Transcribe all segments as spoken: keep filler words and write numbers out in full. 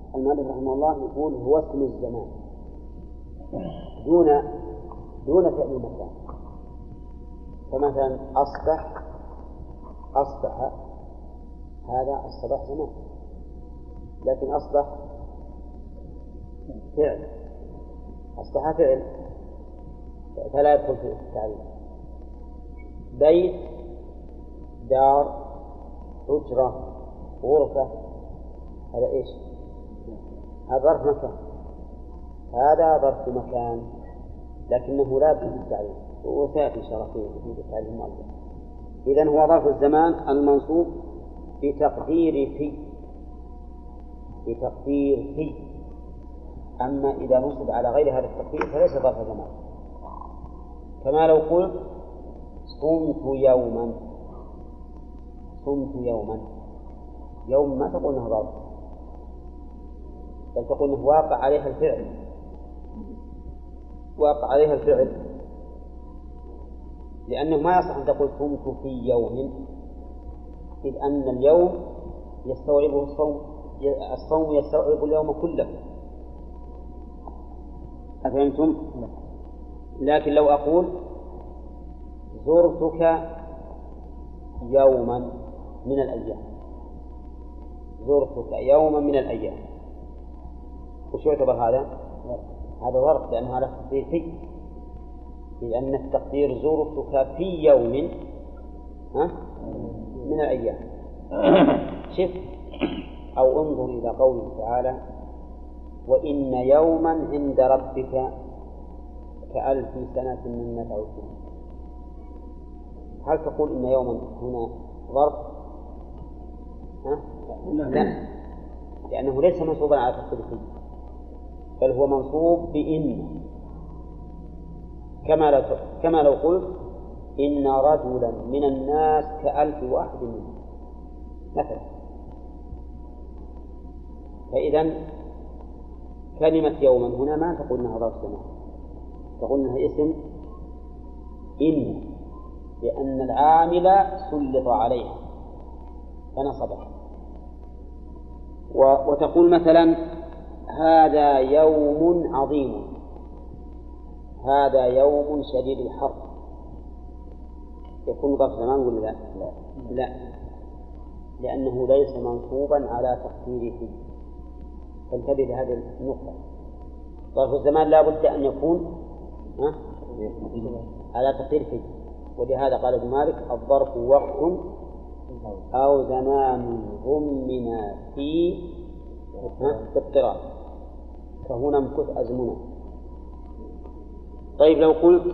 المؤلف رحمه الله يقول هو اسم الزمان دون دون فعل المكان. فمثلا أصبح أصبح هذا الصباح زمان، لكن أصبح فعل أصبح فعل فلا يدخل في التعريف. بيت، دار، حجرة، غرفة، هذا إيش؟ هذا ظرف مكان، هذا ظرف مكان لكنه لا يدخل في التعريف، وسيأتي شرحه في التعريف المؤلف. إذن هو ظرف الزمان المنصوب بتقدير في بتقدير في أما إذا نصب على غير هذا التقدير فليس ظرف زمان. كما لو قلت صمت يوما، صمت يوما، يوم ما تقول انه ظرف، بل تقول انه واقع عليها الفعل، واقع عليها الفعل، لأنه ما يصح أن تقول صمت في يوم، إذ أن اليوم يستوعبه الصوم، الصوم يستوعب اليوم كله. أفهمتم؟ لكن لو أقول زرتك يوما من الأيام، زرتك يوما من الأيام، وش يعتبر هذا؟ هذا ظرف، لأنه على تقدير في، لأن التقدير زرتك في يوم ها من الأيام. شف أو انظر إلى قوله تعالى وإن يوما عند ربك كألف سنة مما تعدون. هل تقول إن يوما هنا ظرف؟ ها؟ لا، لأنه ليس منصوبا على تقدير في، بل هو منصوب بإن، كما لو كما لو قلت إن رجلا من الناس كألف واحد منهم مثلا. فإذا كلمة يوما هنا ما تقول إنها ظرف زمان، تقول إنها اسم إن، لأن العامل سلط عليها فنصبها. وتقول مثلا هذا يوم عظيم، هذا يوم شديد الحر، يكون ظرف زمان ولا لا؟ لا, لا. لأنه ليس منصوبا على تقدير فيه. فانتبه لهذه النقطة. ظرف الزمان لا بد أن يكون ها؟ على تقدير فيه، ولهذا قال ابن مالك الظرف وقت أو زمان ضمن في اضطراب، فهنا امكث أزمنة. طيب لو قلت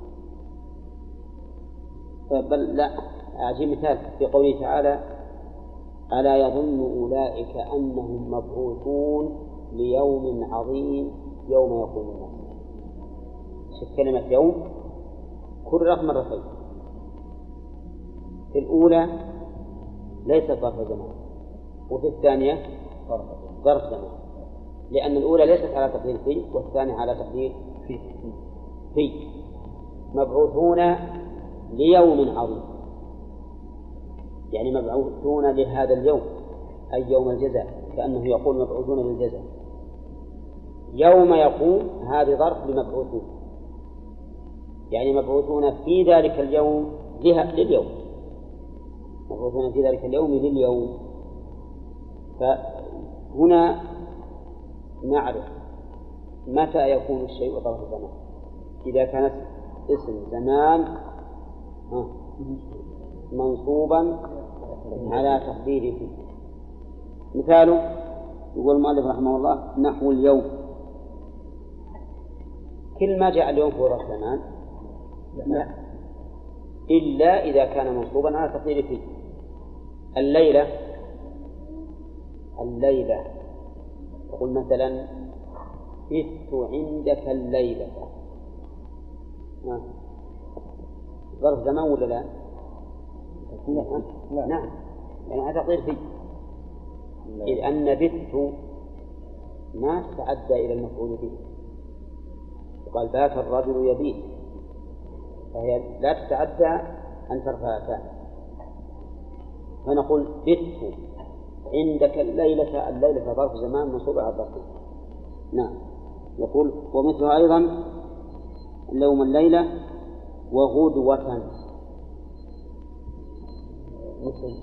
بل لا أعجي مثال في قوله تعالى ألا يظن أولئك أنهم مبعوثون ليوم عظيم يوم يقوم الناس. شوف كلمة يوم كررت مرتين، في الأولى ليست ظرف زمان، وفي الثانية ظرف زمان، لأن الأولى ليست على تقدير في والثانية على تقدير في. في مبعوثون ليوم عظيم، يعني مبعوثون لهذا اليوم أي يوم الجزاء، كأنه يقول مبعوثون للجزاء. يوم يقوم هذه ظرف لمبعوثون، يعني مبعوثون في ذلك اليوم لليوم، مبعوثون في ذلك اليوم لليوم. فهنا نعرف متى يكون الشيء ظرف زمان، إذا كانت اسم زمان منصوبا على تقديره فيه. مثاله يقول المؤلف رحمه الله نحو اليوم، كل ما جاء اليوم هو ظرف زمان؟ لا، إلا إذا كان منصوبا على تقديره فيه. الليلة، الليلة تقول مثلا بت عندك الليلة، ظرف زمان ولا لا؟ لا. نعم، يعني على تقدير فيه، إذ أن بت ما تتعدى إلى المفعول به، وقال بات الرجل يبيت، فهي لا تتعدى أن ترفع فاعل، فنقول بت عندك الليلة، الليلة ظرف زمان منصوب على الظرف. نعم. يقول ومثله أيضا اللوم الليلة وغدوة، مثل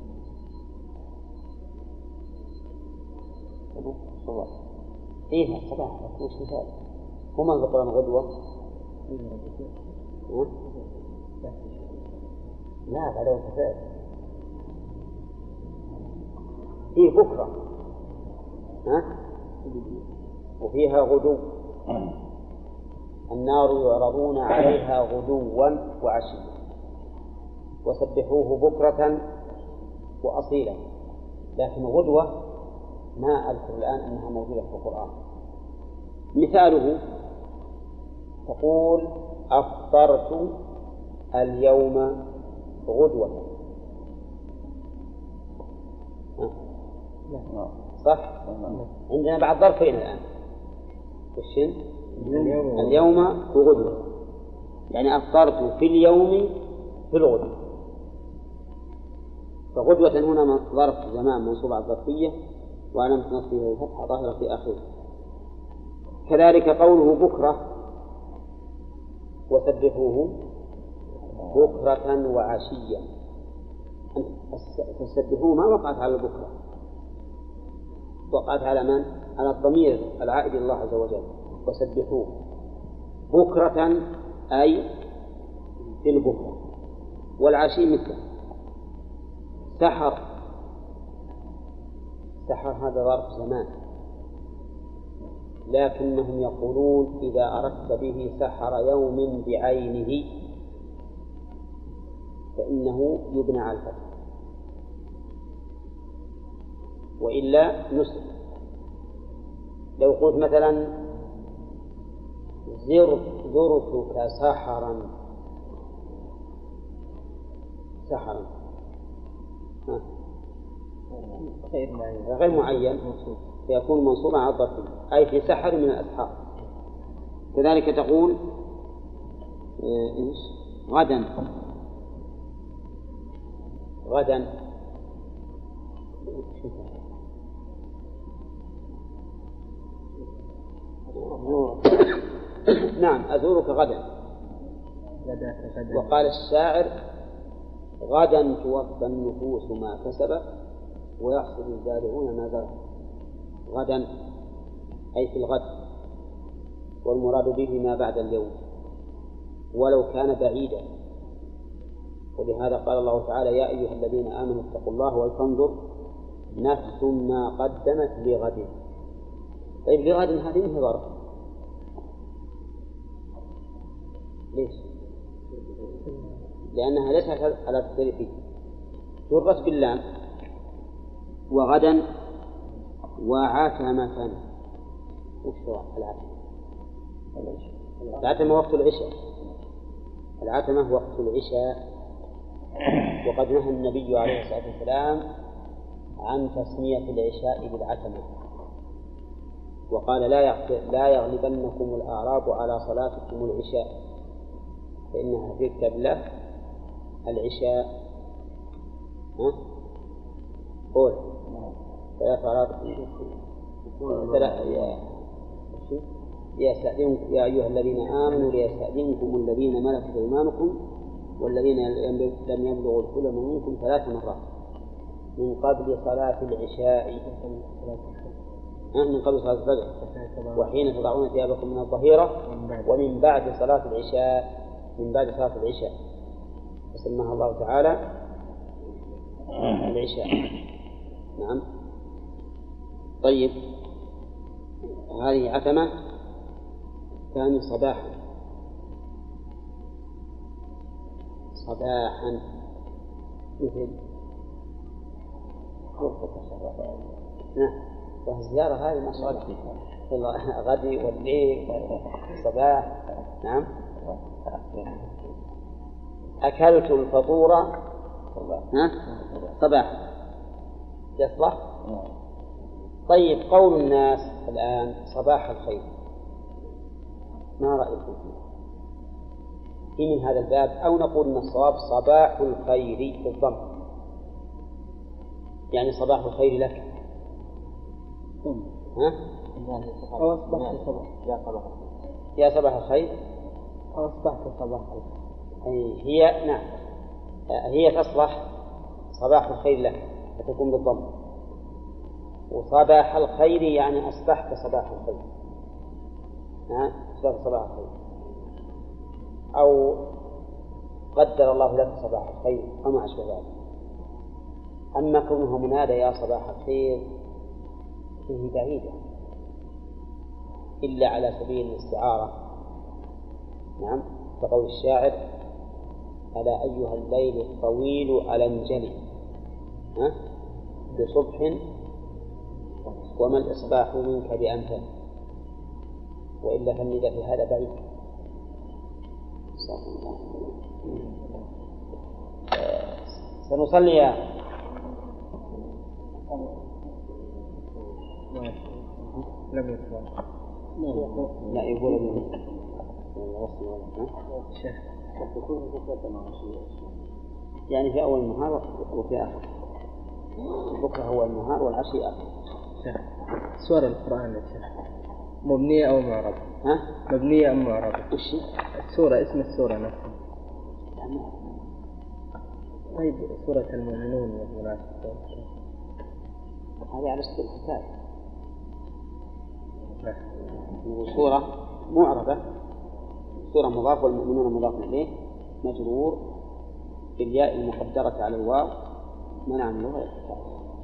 صباح فيها صباح مش مثال. هما القرآن غدوة لا عليه كفاية فيه بكرة ها؟ وفيها غدو. النار يعرضون عليها غدوا وعشيا وسبحوه بكرة وأصيلا. لكن غدوة ما أذكر الآن أنها موجودة في القرآن. مثاله تقول أفطرت اليوم غدوة، صح؟ عندنا بعد ظرفين الآن وشين؟ اليوم, اليوم وغدوة، يعني أفطرت في اليوم في الغدوة. فغدوة هنا ظرف زمان منصوب على الظرفية وعلامة نصبه الفتحة ظاهرة في آخره. كذلك قوله بكرة وسبحوه بكرة وعشيا، فسبحوه ما وقعت على البكرة، وقعت على من؟ على الضمير العائد إلى الله عز وجل. وسبحوه بكرة أي في البكرة، والعشي مثله. سحر، سحر هذا ظرف زمان، لكنهم يقولون إذا أردت به سحر يوم بعينه فإنه يبنى على الفتح، وإلا نسب. لو قلت مثلا زرتك سحرا سحرا غير معين فيكون منصوبا على الظرف أي في سحر من الأسحار. كذلك تقول غدا غدا نعم أزورك غدا. وقال الشاعر غدا توفى النفوس ما كسبت ويحصد الزارعون ما زرعوا. غدا أي في الغد، والمراد به ما بعد اليوم ولو كان بعيدا. ولهذا قال الله تعالى يا أيها الذين آمنوا اتقوا الله ولتنظر نفس ما قدمت لغد. طيب لغد هذه منه ظرف، ليش؟ لأنها ليست على التدريب، جرت باللام. وغدا وعتمة، وش هو العتمة؟ العتمة وقت العشاء، العتمة وقت العشاء. وقد نهى النبي عليه الصلاة والسلام عن تسمية العشاء بالعتمة، وقال لا لا يغلبنكم الأعراب على صلاتكم العشاء فإنها في كتاب الله العشاء ها؟ قول ثلاث صلوات يستأذنكم يا أيها الذين آمنوا ليستأذنكم الذين ملكت أيمانكم والذين لم يبلغوا الحلم منكم ثلاث مرات من قبل صلاة العشاء من قبل صلاة الفجر وحين تضعون ثيابكم من الظهيرة ومن بعد صلاة العشاء من بعد صلاة العشاء فسماها الله تعالى العشاء. نعم. طيب هذه عتمة. ثاني صباحا، صباحا مثل نعم. والزيارة هذه ما شاء الله غدي والليل صباح. نعم. أكلت الفطور ها صباح يصلح. طيب قول الناس الآن صباح الخير، ما رأيكم فيه؟ في من هذا الباب، أو نقول أن الصواب صباح الخير بالضم يعني صباح الخير لك. ها؟ أو أصبحت صباح يا صباح يا صباح الخير أو أصبحت صباح أي هي نعم هي تصلح صباح الخير لك فتكون بالضم، وصباح الخير يعني أصبحت صباح الخير. نعم أصبحت صباح الخير، أو قدر الله لك صباح الخير أو ما أشبه ذلك. أما كونه منادى يا صباح الخير فيه بعيدة إلا على سبيل الاستعارة. نعم كقول الشاعر ألا أيها الليل الطويل ألنجلي ها بصبح وما الإصباح منك بأمثل، وإلا فالنداء في هذا بعيد. سنصلي لم يفعل لا يقول به يعني في أول النهار وفي آخر. بكرة هو النهار والعشي آخر. سورة القرآن يا شيخ مبنية أو معربة؟ ها؟ مبنية أو معربة؟ وش؟ السورة اسم السورة نفسها. طيب سورة المؤمنون والمنافقون هذه على سبيل الكتاب. سورة معربة، سورة مضاف والمؤمنون مضاف إليه مجرور بالياء المقدرة على الواو منع من لغة الكتاب.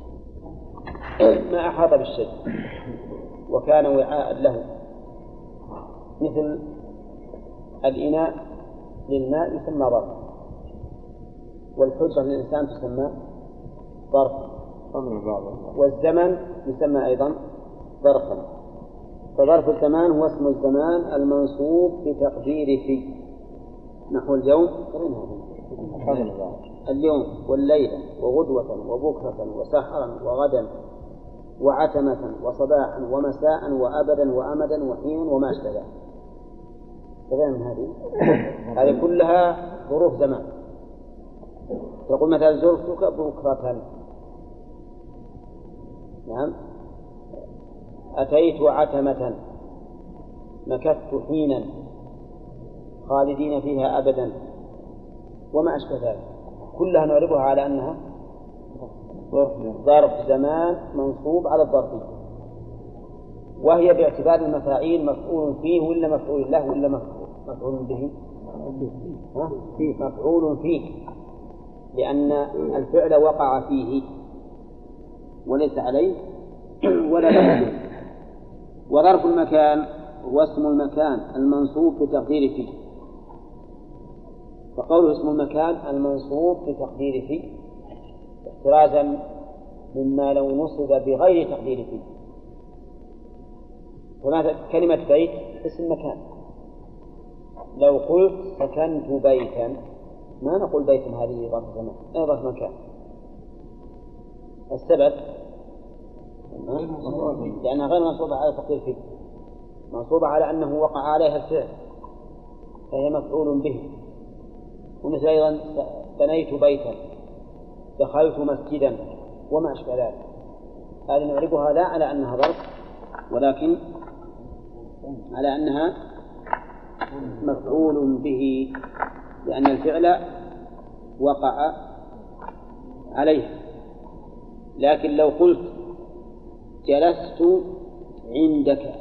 ما أحاط بالشيء وكان وعاء له، مثل الإناء للماء يسمى ظرف، والحجرة للإنسان تسمى ظرف، والزمن يسمى أيضا ظرفا. فظرف الزمان هو اسم الزمان المنصوب بتقدير في، نحو اليوم اليوم والليلة وغدوة وبكرة وسحرا وغدا وعتمة وصباحا ومساء وأبدا وأمدا وحينا وما أشبه ذلك. تفهم هذه؟ هذه كلها ظروف زمان. تقول مثلا زرتك بكرة، نعم، أتيت عتمة، مكثت حينا، خالدين فيها أبدا وما أشبه ذلك. كلها نعربها على أنها ظرف زمان منصوب على الظرفية، وهي باعتبار المفاعيل مفعول فيه ولا مفعول له ولا مفعول به؟ مفعول فيه، لأن الفعل وقع فيه وليس عليه ولا له. وظرف المكان هو اسم المكان المنصوب بتقدير فيه، فقوله اسم المكان المنصوب بتقدير فيه احترازا مما لو نصب بغير تقدير فيه. فماذا كلمة بيت اسم مكان، لو قلت سكنت بيتا ما نقول بيت هذه ظرف زمان أي ظرف مكان. السبب لأنها غير منصوبة على تقدير فيه، منصوبة على أنه وقع عليها الفعل فهي مفعول به. ومثل أيضا بنيت بيتا، دخلت مسجدا وما أشبه ذلك. هذه نعربها لا على أنها ظرف ولكن على أنها مفعول به، لأن الفعل وقع عليه. لكن لو قلت جلست عندك،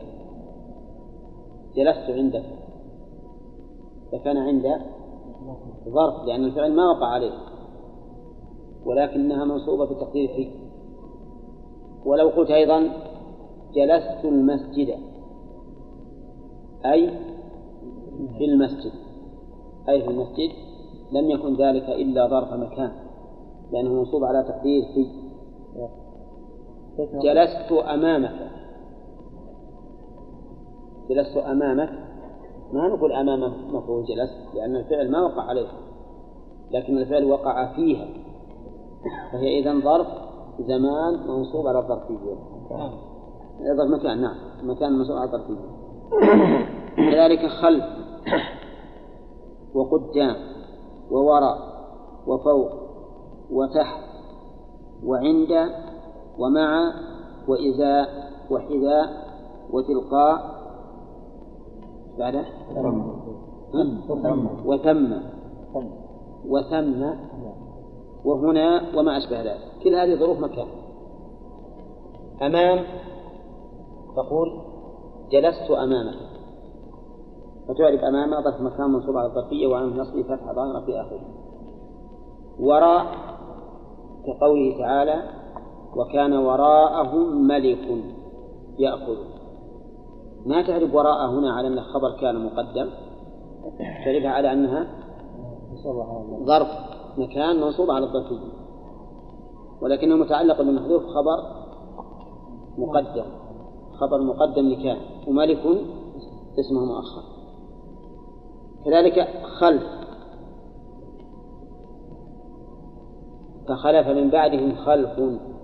جلست عندك فكان عند ظرف لأن الفعل ما وقع عليه ولكنها منصوبة بتقدير فيه. ولو قلت أيضا جلست المسجد أي في المسجد، أي في المسجد، لم يكن ذلك إلا ظرف مكان لأنه منصوب على تقدير فيه. جلست أمامك، جلست أمامك ما نقول أمام مفعول جلست لأن الفعل ما وقع عليه لكن الفعل وقع فيها، فهي إذن ظرف زمان منصوب على الظرفية. ظرف مكان، نعم مكان منصوب على الظرفية. كذلك خلف وقدام ووراء وفوق وتحت وعند ومع وإذا وحذاء وتلقاء بعده وثم وثم وهنا وما أشبه ذلك. كل هذه ظروف مكان. أمام تقول جلست أمامك، فتعرف أمام ظرف مكان منصوب على الظرفية وعن نصب فتح ظاهرة في آخره. وراء كقوله تعالى وكان وراءهم ملك يأخذ، ما تعرف وراء هنا على أن خبر كان مقدم، تعرفها على أنها ظرف مكان منصوب على الظرفية، ولكنه متعلق بمحذوف خبر مقدم، خبر مقدم لكان، وملك اسمه مؤخر. كذلك خلف فخلف من بعدهم خلف.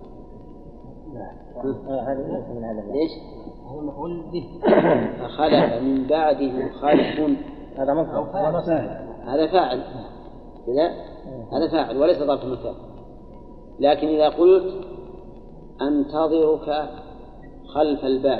ليش؟ هو مفعول به. فخلف من بعدهم خلف، هذا مفعول، هذا فاعل، لا هذا فاعل وليس ظرف مكان. لكن إذا قلت أنتظرك خلف الباب،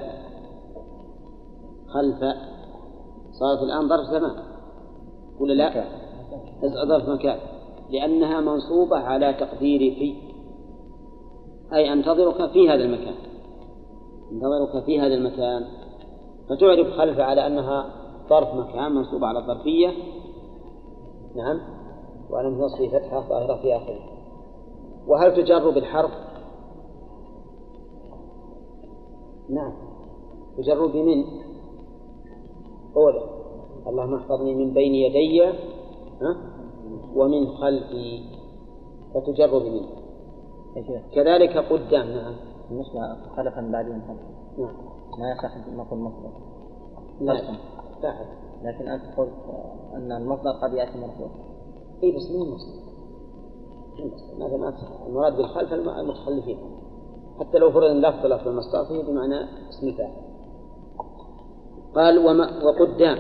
خلف صارت الآن ظرف زمان ولا لا؟ ظرف مكان، لأنها منصوبة على تقدير في، أي أنتظرك في هذا المكان، انتظرك في هذا المكان، فتعرف خلف على أنها ظرف مكان منصوبة على الظرفية. نعم. وعلى نصب فتحة ظاهرة في آخره. وهل تجر بالحرف؟ نعم تجر بمن. أولا اللهم احفظني من بين يدي ومن خلفي، فتجر بمن. كذلك قدام. نعم بالنسبة خلفا بعدين خلفا. نعم ما يصح نقول مصدر. لا لا. لكن أنت قلت أن المصدر قد يأتي مرفوع. إيه بس من المصدر؟ ماذا ما المراد بالخلف المتخلفين، حتى لو فرض اللفظ لفظ المصدر فيه بمعنى اسم فاعل. قال وما وقدام.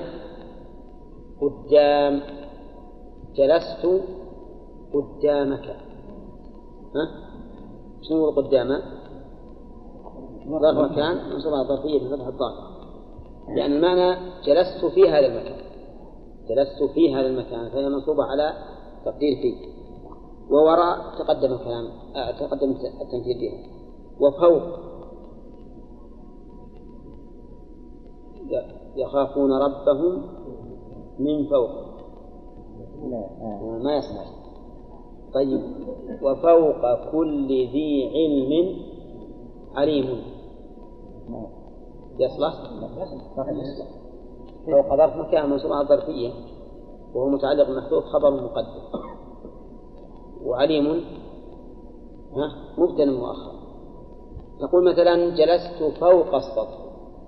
قدام جلست قدامك. ها؟ شنو قدامه؟ ظرف مكان منصوب على الظرفية بفتح الظاهر، لأن المعنى جلست في هذا المكان، جلست في هذا المكان، فهي منصوبة على تقدير فيه. ووراء تقدم كلام تقدم التمثيل بها. وفوق يخافون ربهم من فوق، ما يصلح. طيب وفوق كل ذي علم عليم، يصلح؟ فوق ظرف مكان منصوب على الظرفية وهو متعلق بمحذوف خبر مقدم، وعليم مبتدأ مؤخر. تقول مثلا جلست فوق السطح.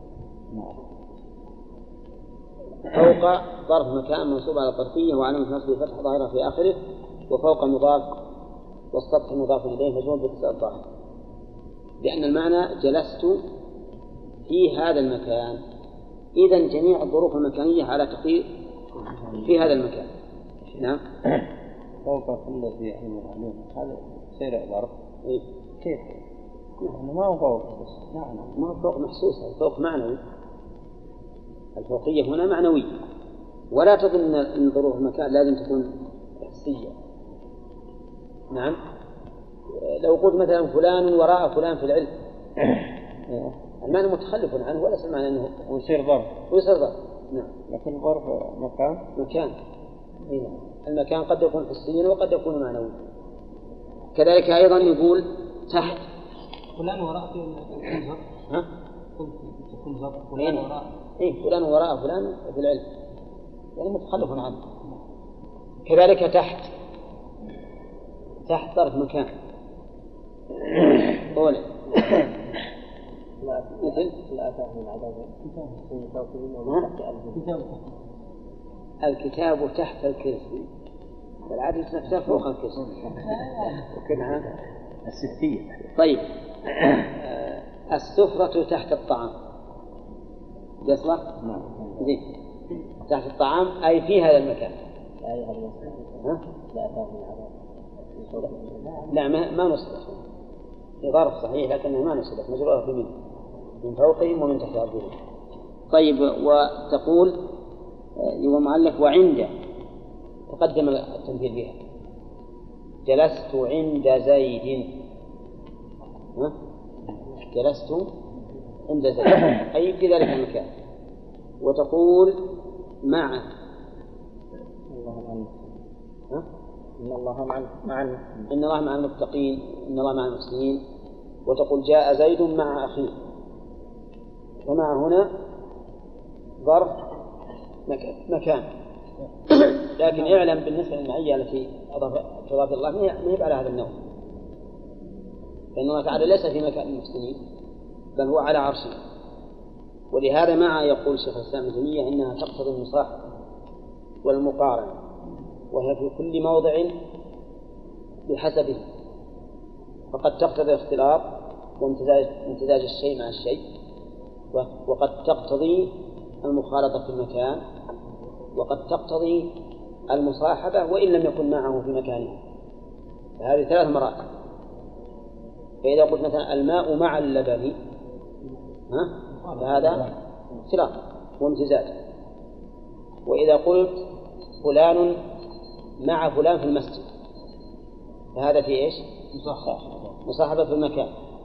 فوق ظرف مكان منصوب على الظرفية وعلامة نصبه فتح ظاهرة في آخره، وفوق مضاف والسطح مضاف إليه مجرور بكسر الظاهر، لأن المعنى جلست في هذا المكان. إذن جميع الظروف المكانية على تقدير في هذا المكان. نعم. فوق كل ذي علم عليم، هذا سير عبارة. إيه؟ كيف؟ نعم ما هو فوق بس. نعم ما هو فوق محسوس، الفوق معنوي. الفوقية هنا معنوية، ولا تظن أن ظروف المكان لازم تكون حسية. نعم. لو قلت مثلا فلان وراء فلان في العلم المعنى متخلف عنه، وليس المعنى أنه ويصير ظرف ويصير ظرف. نعم. لكن ظرف مكان مكان. إيه. المكان قد يكون حسيا وقد يكون معنويا. كذلك أيضا يقول تحت فلان وراء في الظرف. ها؟ تكون ظرف فلان وراء. إيه فلان وراء فلان في العلم، يعني متخلف عنه. كذلك تحت تحت ظرف مكان. قوله مثل الكتاب تحت الكرسي، والعادة نفسها فوق الكرسي. الستية. طيب السفرة تحت الطعام يصلح؟ نعم. زين. تحت الطعام أي في هذا المكان. ها؟ لا ما ما نصلح ظرف صحيح لكنها ما نسبت مجرورة في منه من فوقهم ومن تحت أرجلهم. طيب وتقول يقول مؤلف وعند تقدم التمثيل بها جلست عند زيد ها؟ جلست عند زيد أي في ذلك المكان. وتقول مع ها؟ إن الله مع مع إن الله مع المتقين إن الله مع المحسنين. وتقول جاء زيد مع أخيه. ومع هنا ظرف مكان. لكن اعلم بالنسبة للمعية التي تضاف الله ما هي على هذا النوع، فإن الله تعالى ليس في مكان المحسنين بل هو على عرشه. ولهذا مع يقول شيخ الإسلام ابن تيمية إنها تقتضي المصاحبة والمقارنة، وهي في كل موضع بحسبه، فقد تقتضي اختلاط وامتزاج الشيء مع الشيء، وقد تقتضي المخالطة في المكان، وقد تقتضي المصاحبة وإن لم يكن معه في مكانه. هذه ثلاث مراتب. فإذا قلت مثلا الماء مع اللبن ها؟ فهذا اختلاط وامتزاج. وإذا قلت فلان مع فلان في المسجد فهذا في إيش؟ مصاحبة في المكان.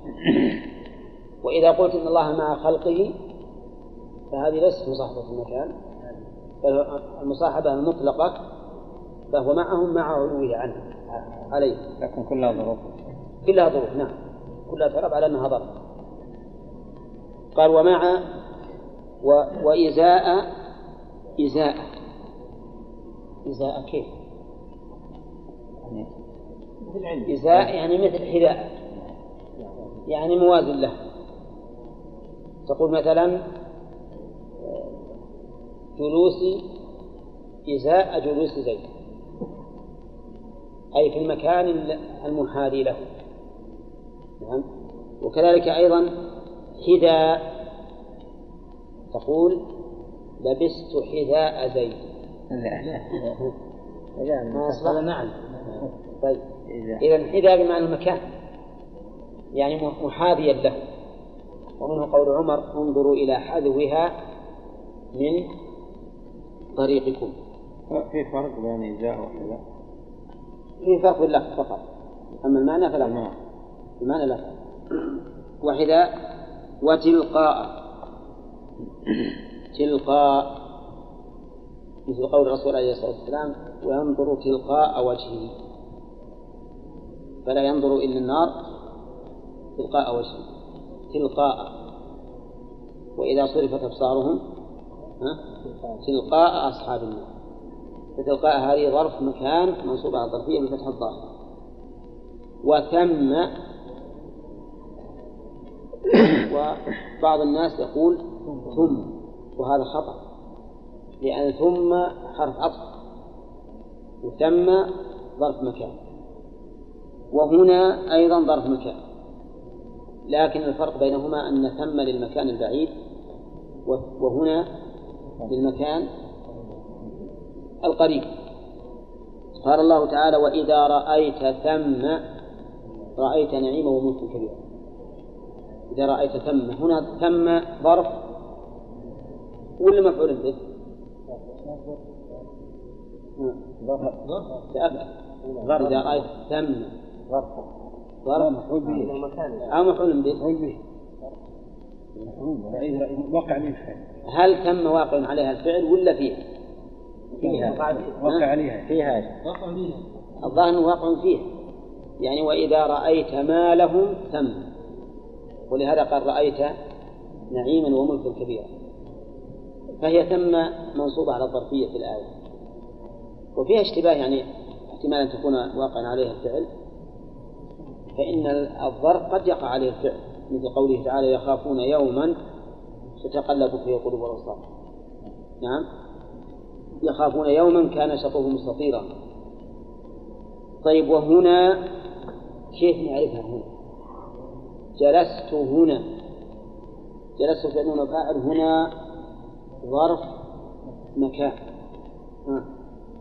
وإذا قلت إن الله مع خلقه فهذه ليست مصاحبة في المكان، المصاحبة المطلقة فهو معهم مع علوه عنه عليه، لكن كلها ظروف كلها ظروف. نعم كلها تعرف على أنها ظرف. قال ومع و... وإزاء إزاء إزاء كيف؟ إزاء يعني مثل حذاء، يعني موازن له. تقول مثلا جلوسي إزاء جلوس زيد، أي في المكان المحاذي له. نعم. وكذلك أيضا حذاء، تقول لبست حذاء زيد. ما أصبح نعم. طيب إذن حذاء بمعنى المكان يعني محاذيا له. ومنه قول عمر انظروا إلى حذوها من طريقكم. في فرق بين إزاء وحذاء؟ في فرق باللفظ فقط، أما المعنى فلا فرق. المعنى لا فرق. وحذاء وتلقاء تلقاء مثل قول الرسول عليه الصلاة والسلام وينظر تلقاء وجهه، فلا ينظر إلى النار تلقاء وجهه تلقاء. وإذا صرفت أبصارهم تلقاء أصحاب النار. فتلقاء هذه ظرف مكان منصوبة على الظرفية من فتح الظاهر. وثم وبعض الناس يقول ثم، وهذا خطأ، لأن ثم حرف عطف وثم ظرف مكان، وهنا أيضا ظرف مكان، لكن الفرق بينهما أن ثم للمكان البعيد وهنا للمكان القريب. قال الله تعالى وإذا رأيت ثم رأيت نعيما وملكا كبيرا. إذا رأيت ثم، هنا ثم ظرف ولا مفعول به؟ ظرف. إذا رأيت ثم ظرف ظرف مفعول به أو مفعول به وقع عليه الفعل. هل ثم واقع عليها الفعل ولا فيها؟ فيها وقع عليها فيها الظاهر أنه واقع فيها، يعني وإذا رأيت ما لهم ثم، ولهذا قال رأيت نعيما وملكا كبيرا. فهي ثم منصوبة على الظرفية في الآية، وفيها اشتباه، يعني احتمال أن تكون واقعا عليها الفعل، فإن الظرف قد يقع عليه الفعل، مثل قوله تعالى يخافون يوما تتقلب فيه القلوب والأبصار. نعم يخافون يوما كان شطه مستطيرا. طيب وهنا كيف نعرفها؟ هنا جلست، هنا جلست فعل وفاعل، هنا ظرف مكان ها.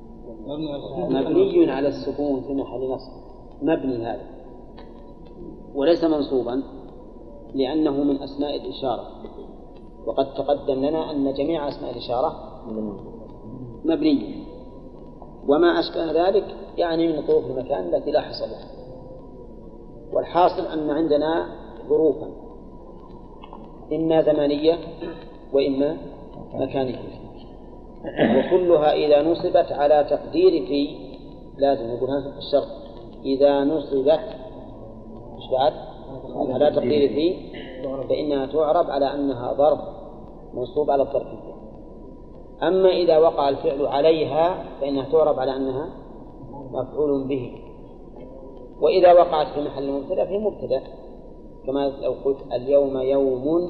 مبني على السكون في محل نصب، مبني هذا وليس منصوبا لأنه من أسماء الإشارة، وقد تقدم لنا أن جميع أسماء الإشارة مبنية، وما أشبه ذلك يعني من ظروف المكان التي لا حصر لها. والحاصل أن عندنا ظروفا إما زمانية وإما مكانية، وكلها إذا نصبت على تقدير في، لازم نقول هذا الشرط، إذا نصبت مش بعد على تقدير في فإنها تعرب على أنها ظرف منصوب على الظرفية. أما إذا وقع الفعل عليها فإنها تعرب على أنها مفعول به. وإذا وقعت في محل مبتدأ في مبتدأ، كما لو قلت اليوم يوم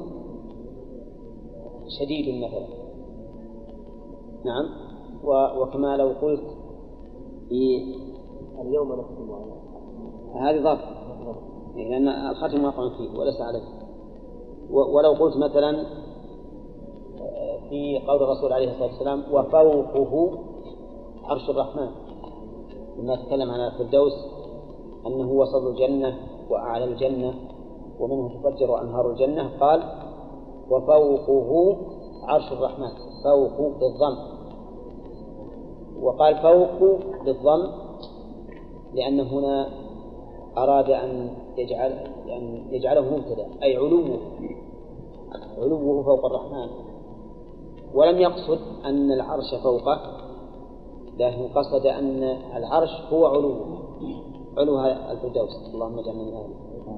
شديد مثلا، نعم، وكما لو قلت في اليوم نختم هذه ظرف لأن الختم واقع فيه وليس عليه. ولو قلت مثلا في قول الرسول عليه الصلاة والسلام وفوقه عرش الرحمن، لما تكلم عن الفردوس أنه وسط الجنة وأعلى الجنة ومنه تفجر أنهار الجنة، قال وفوقه عرش الرحمن، فوق بالضم، وقال فوق بالضم لأن هنا أراد أن يجعل يعني يجعله مبتدأ، أي علوه علوه فوق الرحمن، ولم يقصد أن العرش فوقه، لكن قصد أن العرش هو علوه، علوها الفردوس. اللهم اجعلنا من أهله.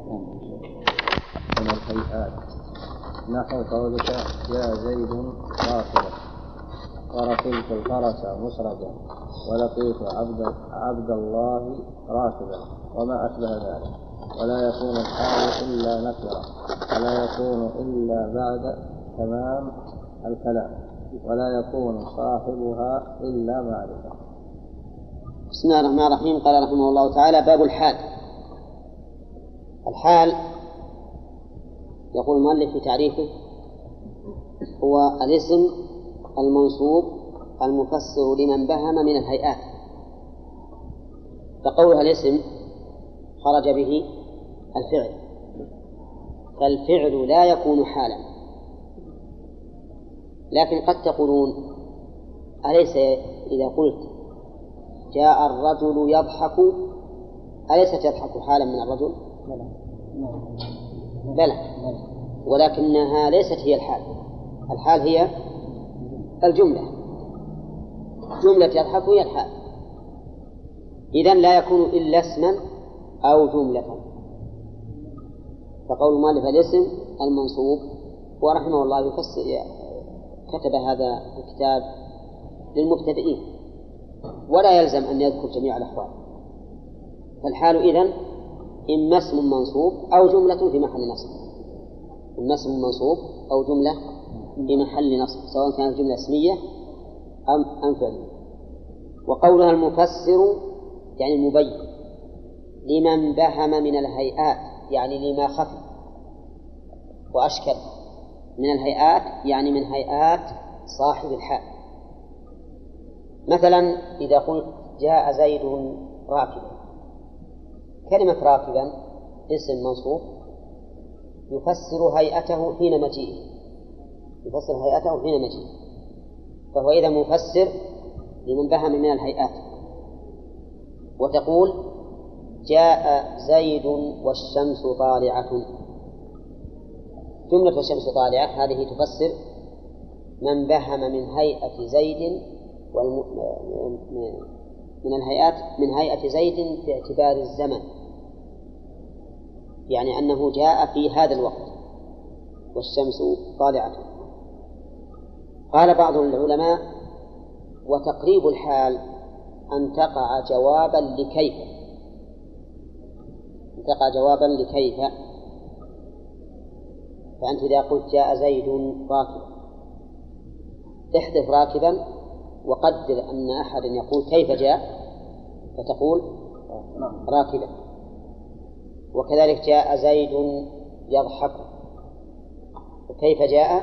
من الهيئات نحو قولك يا زيد راكبا، وركبت الفرس مسرجا، ولقيت عبد, عبد الله راكبا، وما أشبه ذلك. ولا يكون الحال إلا نكرة، ولا يكون إلا بعد تمام الكلام، ولا يكون صاحبها إلا معرفة. بسم الله الرحمن الرحيم. قال رحمه الله تعالى: باب الحال. الحال يقول المؤلف في تعريفه هو الاسم المنصوب المفسر لمن بهم من الهيئات. فقولها الاسم خرج به الفعل، فالفعل لا يكون حالا. لكن قد تقولون أليس إذا قلت جاء الرجل يضحك أليست يضحك حالا من الرجل؟ بلى، ولكنها ليست هي الحال. الحال هي الجملة، جملة يضحك هي الحال. إذن لا يكون إلا اسما أو جملة. فقول المؤلف الاسم المنصوب، ورحمه الله يفسر كتب هذا الكتاب للمبتدئين ولا يلزم أن يذكر جميع الأحوال. فالحال إذن إما اسم منصوب أو جملة في محل نصب، إما اسم منصوب أو جملة في محل نصب، سواء كانت جملة اسمية أم أم فعلية. وقولها المفسر يعني المبين لمن بهم من الهيئات، يعني لما خفي وأشكل من الهيئات، يعني من هيئات صاحب الحال. مثلا إذا قلت جاء زيد راكبا، كلمة راكبا اسم منصوب يفسر هيئته حين مجيئه، يفسر هيئته حين مجيئه، فهو إذا مفسر لمن بهم من الهيئات. وتقول جاء زيد والشمس طالعة، جملة والشمس طالعة هذه تفسر من بهم من هيئة زيد والم... من الهيئات من هيئة زيد باعتبار الزمن، يعني أنه جاء في هذا الوقت والشمس طالعة. قال بعض العلماء: وتقريب الحال أن تقع جوابا لكيف، أن تقع جوابا لكيف. فأنت إذا قلت جاء زيد راكبا، احذف راكبا وقدر أن أحدا يقول كيف جاء، فتقول راكبا. وكذلك جاء زيد يضحك، وكيف جاء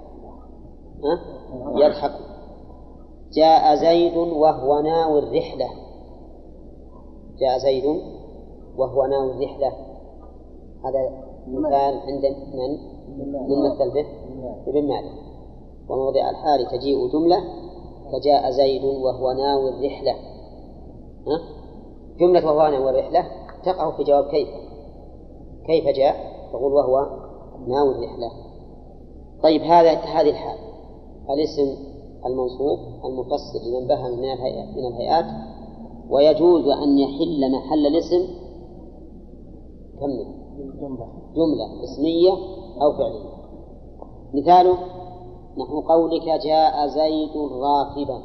يضحك. جاء زيد وهو ناوي الرحلة، جاء زيد وهو ناوي الرحلة، هذا مثال عند من؟ من مثل به ابن مالك. وموضع الحال تجيء جملة كجاء زيد وهو ناوي الرحلة. ها؟ جملة وهو ناوي الرحلة تقع في جواب كيف. كيف جاء؟ تقول وهو ناوي الرحلة. طيب هذا هذه الحال الاسم الموصوف المفسر لمن بهم من الهيئات, من الهيئات ويجوز أن يحل محل الاسم كمل جملة اسمية أو فعلية. مثاله نحو قولك جاء زيد راكبا،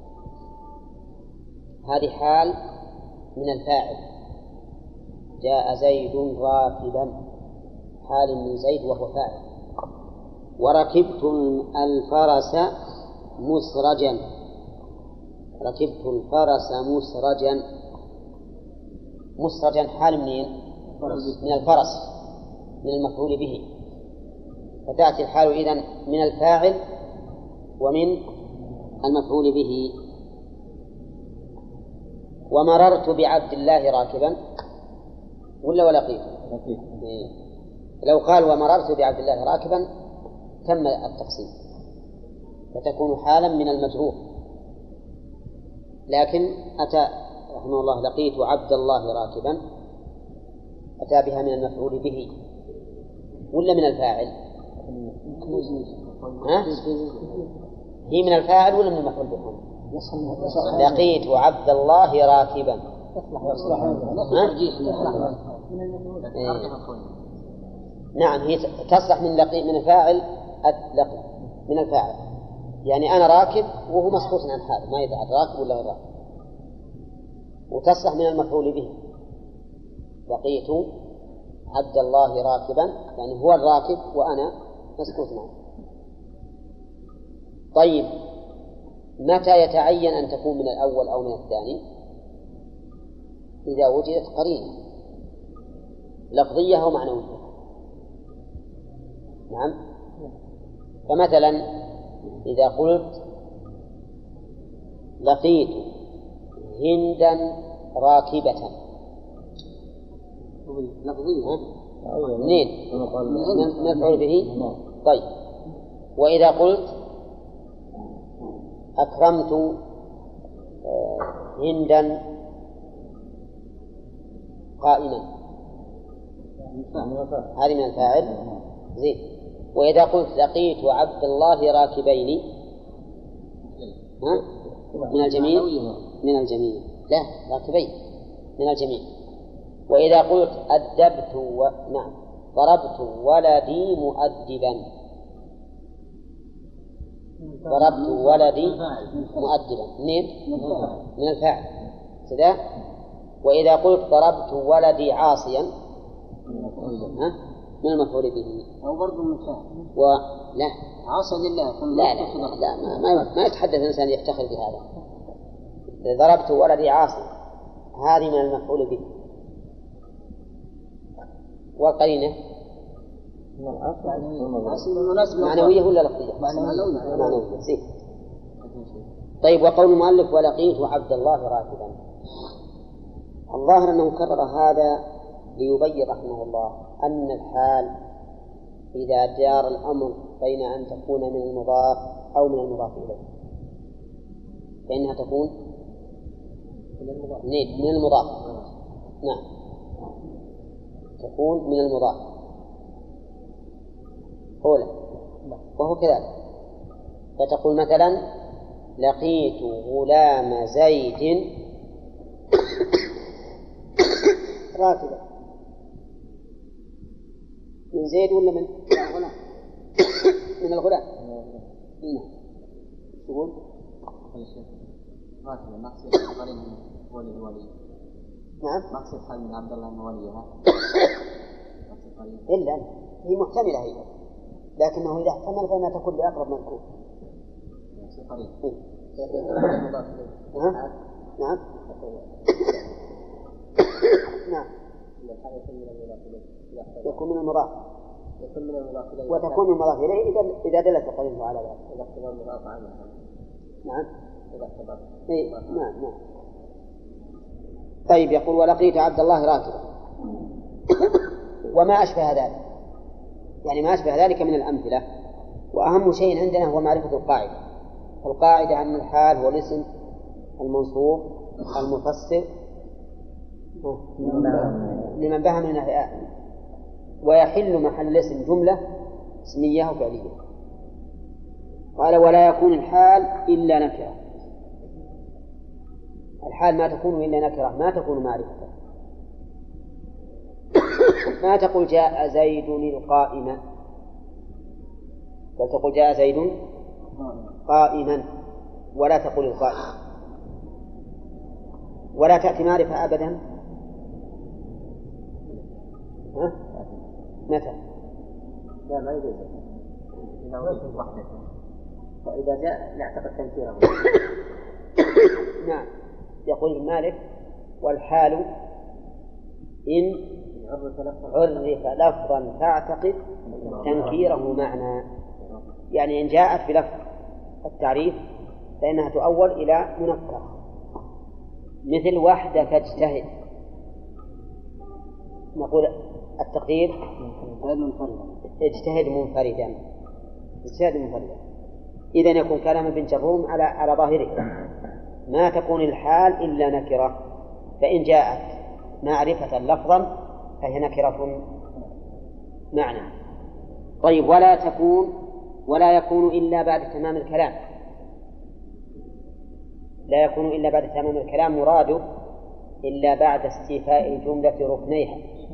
هذه حال من الفاعل. جاء زيد راكبا حال من زيد وهو فاعل. وركبت الفرس مسرجا، ركبت الفرس مسرجا، مسرجا حال منين؟ من الفرس من المفعول به. فتأتي الحال إذن من الفاعل ومن المفعول به. ومررت بعبد الله راكبا ولا ولقيت؟ لو قال ومررت بعبد الله راكبا تم التقسيم فتكون حالا من المجرور. لكن أتى رحمه الله لقيت عبد الله راكبا أتى بها من المفعول به ولا من الفاعل؟ ها؟ هي من الفاعل ولا من المفعول به؟ لقيت عبد الله راكبا. نعم هي تصلح من لقي من الفاعل لقي من الفاعل، يعني أنا راكب وهو مسكوت عن حاله ما يدعى راكب ولا غير راكب. وتصلح من المفعول به لقيت عبد الله راكبا يعني هو الراكب وأنا مسكوت عنه. طيب متى يتعين أن تكون من الأول أو من الثاني؟ إذا وجدت قرينة لفظية أو معنوية. نعم. فمثلا إذا قلت لقيت هندا راكبة لفظية منين؟ نفعل به. طيب وإذا قلت أكرمت هندا قائما هذه من الفاعل زين. وإذا قلت لقيت عبد الله راكبين ها؟ من الجميع من الجميع لا راكبين من الجميع. وإذا قلت أدبت و... نعم ضربت ولدي مؤدبا ضربت ولدي مؤدبا منين؟ من الفاعل كذا. وإذا قلت ضربت ولدي عاصيا ها؟ من المفعول به أو برضو من الفاعل ولا عاصي لله لا لا, لا ما, ما, ما يتحدث الإنسان يفتخر بهذا. ضربت ولدي عاصي هذه من المفعول به. والقرينة معنوية ولا لفظية؟ معنوية. زين. طيب وقول المؤلف ولقيت عبد الله راكبا الظاهر أنه كرر هذا ليبين رحمه الله أن الحال إذا جار الأمر بين أن تكون من المضاف أو من المضاف إليه فإنها تكون من المضاف. نعم تكون من المضاف أولا وهو كذلك. فتقول مثلا لقيت غلام زيد راكبا من زيد ولا من الغلام؟ من الغلام. هنا تقول راكبا مقصد قرين ولي الولي. نعم مقصد حال من عبد الله موليها إلا هي محتملة هي لكنه إذا احتمل فإنها تكون لأقرب مذكور. إيه؟ نعم نعم نعم يكون من المضاف وتكون من المضاف إليه إذا إذا دلت القرينة على ذلك. إذا اقتضى المضاف عنها. نعم إذا اقتضى. إيه نعم نعم. طيب يقول ولقيت عبد الله راكبا وما أشبه ذلك، يعني ما أشبه ذلك من الأمثلة. وأهم شيء عندنا هو معرفة القاعدة. القاعدة أن الحال هو الاسم المنصوب المفسر لمن بهم من النهي، ويحل محل الاسم جملة اسمية أو فعلية. قال ولا يكون الحال إلا نكرة. الحال ما تكون إلا نكرة، ما تكون معرفة. ما تقول جاء زيد القائمة، بل تقول جاء زيد قائما، ولا تقول القائم. ولا تأتي معرفة أبدا. ها؟ متى؟ لا ما يجوز إنه اسم وحده، وإذا جاء نعتقد تنكيره. نعم. يقول مالك والحال إن عرف لفظا فاعتقد تنكيره معنى، يعني إن جاءت بلفظ التعريف فإنها تؤول إلى منكر، مثل وحدك اجتهد، نقول التقدير اجتهد منفردا، اجتهد منفردا. إذن يكون كلام ابن جروم على على ظاهره، ما تكون الحال إلا نكرة، فإن جاءت معرفة لفظا فهي نكرة معنى. طيب ولا تكون ولا يكون إلا بعد تمام الكلام. لا يكون إلا بعد تمام الكلام مراده إلا بعد استيفاء الجملة ركنيها،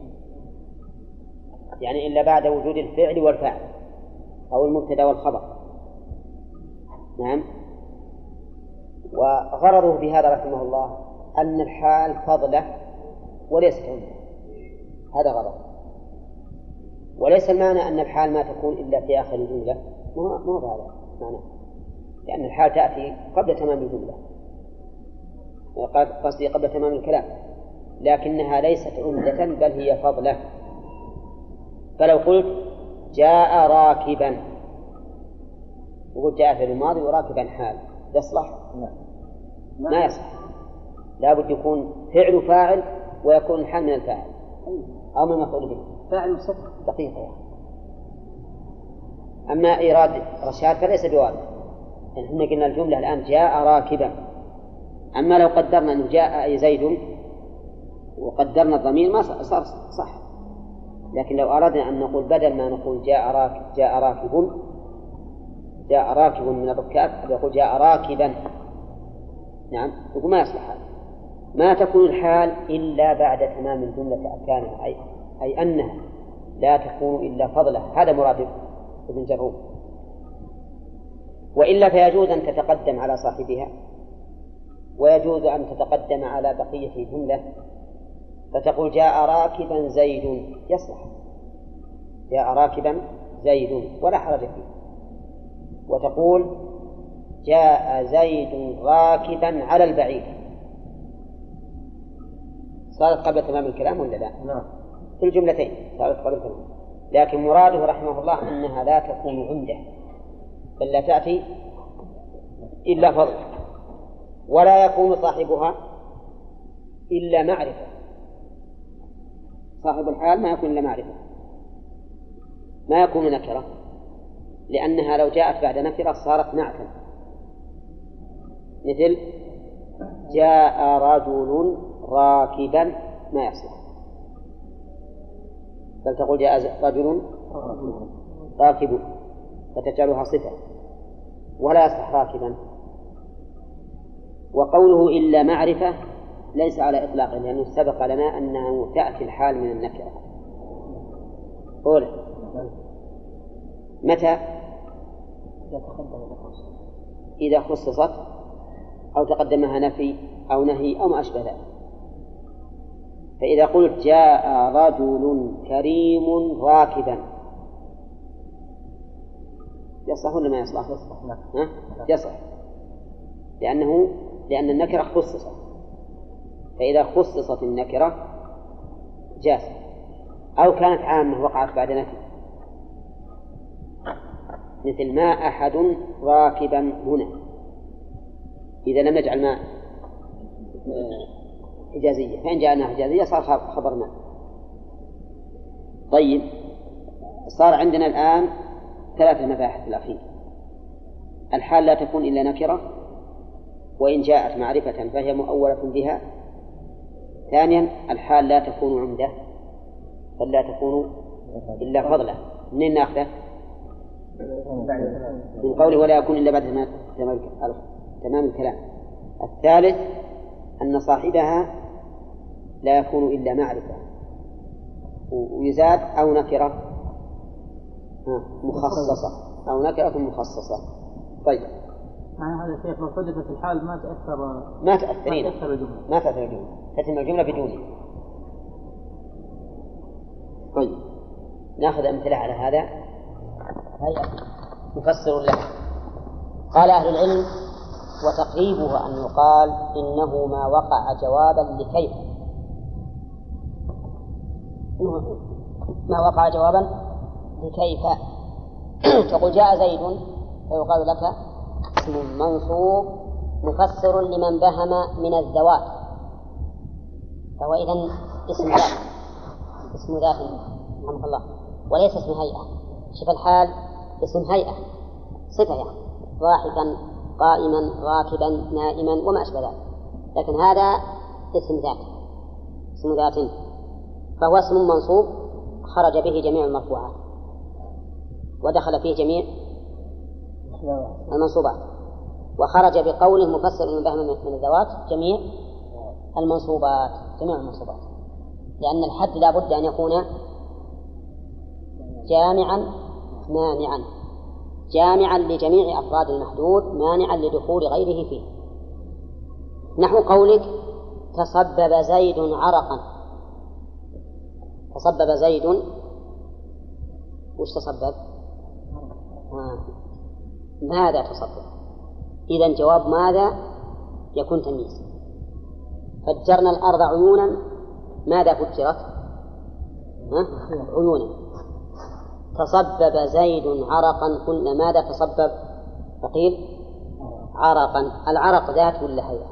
يعني إلا بعد وجود الفعل والفاعل أو المبتدأ والخبر. نعم. وغرضه بهذا رحمه الله أن الحال فضلة وليست عمدة، هذا غرض. وليس المعنى أن الحال ما تكون إلا في آخر الجملة، مو هذا معنى، لأن الحال تأتي قبل تمام الجملة، قصدي قبل تمام الكلام، لكنها ليست عمدة بل هي فضلة. فلو قلت جاء راكبا وقلت جاء في الماضي وراكبا حال يصلح؟ ما يصلح، لا بد يكون فعل فاعل ويكون الحال من الفاعل أو من مفعول به، فاعل وصفة دقيقة. أما إيراد رشاد فليس بوارد، يعني احنا قلنا الجملة الآن جاء راكبا. أما لو قدرنا أنه جاء زيد وقدرنا الضمير ما صار صح، لكن لو أردنا أن نقول بدل ما نقول جاء راكب جاء راكب جاء راكب من الركاب يقول جاء راكبا، نعم، يقول ما يصلح هذا. ما تكون الحال إلا بعد تمام الجملة أركانها، أي أي أنها لا تكون إلا فضلة، هذا مراد ابن جروم. وإلا فيجوز أن تتقدم على صاحبها، ويجوز أن تتقدم على بقية الجملة، فتقول جاء راكبا زيد، يصلح جاء راكبا زيد ولا حرج فيه. وتقول جاء زيد راكبا على البعير، صارت قبل تمام الكلام ولا لا؟ نعم. في الجملتين صارت قبل تمام، لكن مراده رحمه الله أنها لا تكون عمدة بل لا تأتي إلا فضل. ولا يكون صاحبها إلا معرفة، صاحب الحال ما يكون إلا معرفة، ما يكون نكرة، لأنها لو جاءت بعد نكرة صارت نعتا، مثل جاء رجل راكبا ما يصلح، بل تقول جاء رجل راكب فتجعلها صفة ولا يصلح راكبا. وقوله إلا معرفة ليس على إطلاقه، لأنه سبق لنا أنه تأتي الحال من النكرة. قوله متى؟ إذا خصصت أو تقدمها نفي أو نهي أو ما أشبه ذلك. فإذا قلت جاء رجل كريم راكبا يصح ولا ما يصلح؟ ها؟ يصح، لأنه لأن النكرة خصصت، فإذا خصصت النكرة جاز. أو كانت عامة وقعت بعد نفي، مثل ما أحد راكبا هنا، إذا لم نجعل ما حجازية، فإن جاءنا حجازية صار خبر ما. طيب، صار عندنا الآن ثلاثة مباحث الأخير. الحال لا تكون إلا نكرة، وإن جاءت معرفة فهي مؤولة بها. ثانيا، الحال لا تكون عمدة، بل لا تكون إلا فضلا. منين ناخذه؟ من قوله ولا يكون إلا بعد تمام الكلام. الثالث، أن صاحبها لا يكون إلا معرفة، ويزاد أو نكرة مخصصة أو نكرة مخصصة. طيب، معنى هذا الشيخ لو حدثت الحال ما تأثر ما تأثرين ما تأثر الجملة ما تأثر الجملة تتم الجملة بدونه. طيب، نأخذ أمثلة على هذا. هيا نفسر له. قال أهل العلم: وتقريبه أن يقال إنه ما وقع جوابا لكيف، ما وقع جوابا لكيف. تقول جاء زيد، فيقال لك اسم منصوب مفسر لمن بهم من الذوات، فهو إذن اسم ذات، اسم ذات رحمه الله، وليس اسم هيئة. شوف الحال اسم هيئة، صفة يعني ضاحكا قائما راكبا نائما وما أشبه ذلك، لكن هذا اسم ذات، اسم ذات، فهو اسم منصوب خرج به جميع المرفوعات ودخل فيه جميع المنصوبات، وخرج بقوله مفسر من بهم من الذوات جميع المنصوبات جميع المنصوبات، لأن الحد لا بد أن يكون جامعا مانعا، جامعا لجميع أفراد المحدود مانعا لدخول غيره فيه. نحو قولك تصبب زيد عرقا. تصبب زيد، وش تصبب؟ آه. ماذا تصبب؟ إذن جواب ماذا يكون تمييز. فجرنا الأرض عيونا، ماذا فجرت؟ آه؟ عيونا. تصبب زيد عرقا، قلنا ماذا تصبب؟ فقيل عرقا. العرق ذات ولا هيئة؟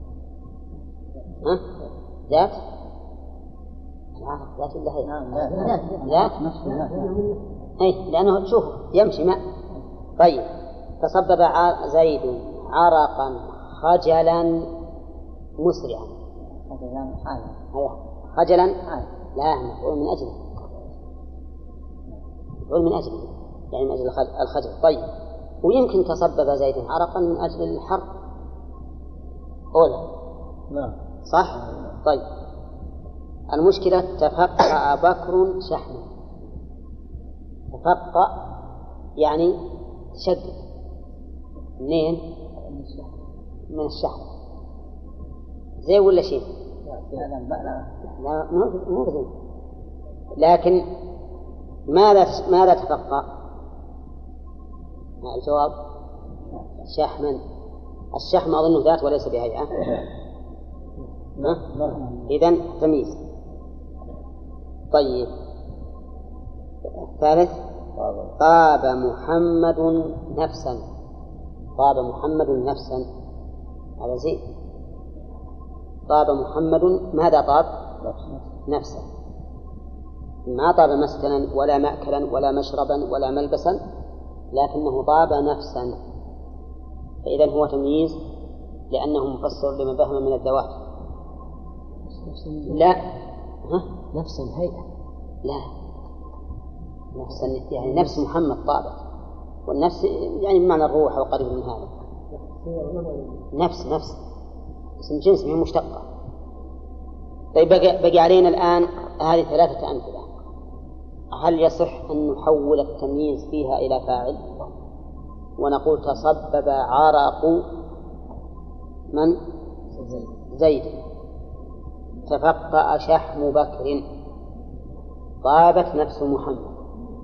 ها؟ ذات؟ العرق ذات ولا هيئة؟ ذات. أي، لأنه تشوف يمشي ماء. طيب، تصبب زيد عرقا خجلا مسرعا. خجلا لا نقول من أجله، نقول من أجله يعني من أجل الخجل. طيب، ويمكن تصبب زيد عرقا من أجل الحر أولا، نعم صح؟ طيب، المشكلة تفقع بكر شحما. تفقع يعني تشدد. منين؟ من الشحم. زي ولا شيء؟ لا، مو زي. لكن ماذا ماذا تفقع؟ الجواب شحما. الشحم أظنه ذات وليس بهيئة. إذن تمييز. طيب، الثالث طاب محمد نفسا. طاب محمد نفسا، هذا زين. طاب محمد، ماذا طاب؟ نفسا. ما طاب مسكنا ولا مأكلا ولا مشربا ولا ملبسا، لكنه طاب نفسا، فإذا هو تمييز لأنه مفسر لما فهم من الذوات. لا، ها؟ نفس الهيئة. لا، نفس يعني نفس محمد طابت، والنفس يعني بمعنى الروح أو قريب من هذا. نفس نفس اسم جنس من مشتقة. طيب، بقي, بقي علينا الآن هذه ثلاثة أمثلة. هل يصح أن نحول التمييز فيها إلى فاعل ونقول تصبب عرق من؟ زيد. تفقأ شحم بكر. طابت نفس محمد،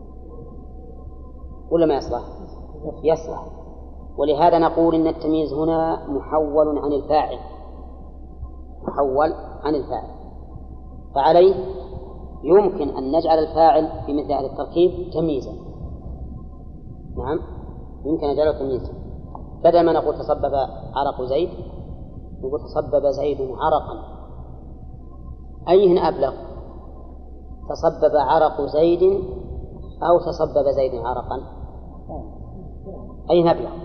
ولا ما يصلح؟ يصلح. ولهذا نقول إن التمييز هنا محول عن الفاعل، محول عن الفاعل، فعليه يمكن أن نجعل الفاعل في مثل هذا التركيب تمييزا. نعم، يمكن أن نجعله تمييزا. بدل ما نقول تصبب عرق زيد نقول تصبب زيد عرقا. أيهن أبلغ؟ تصبب عرق زيد أو تصبب زيد عرقا؟ أي نبلغ؟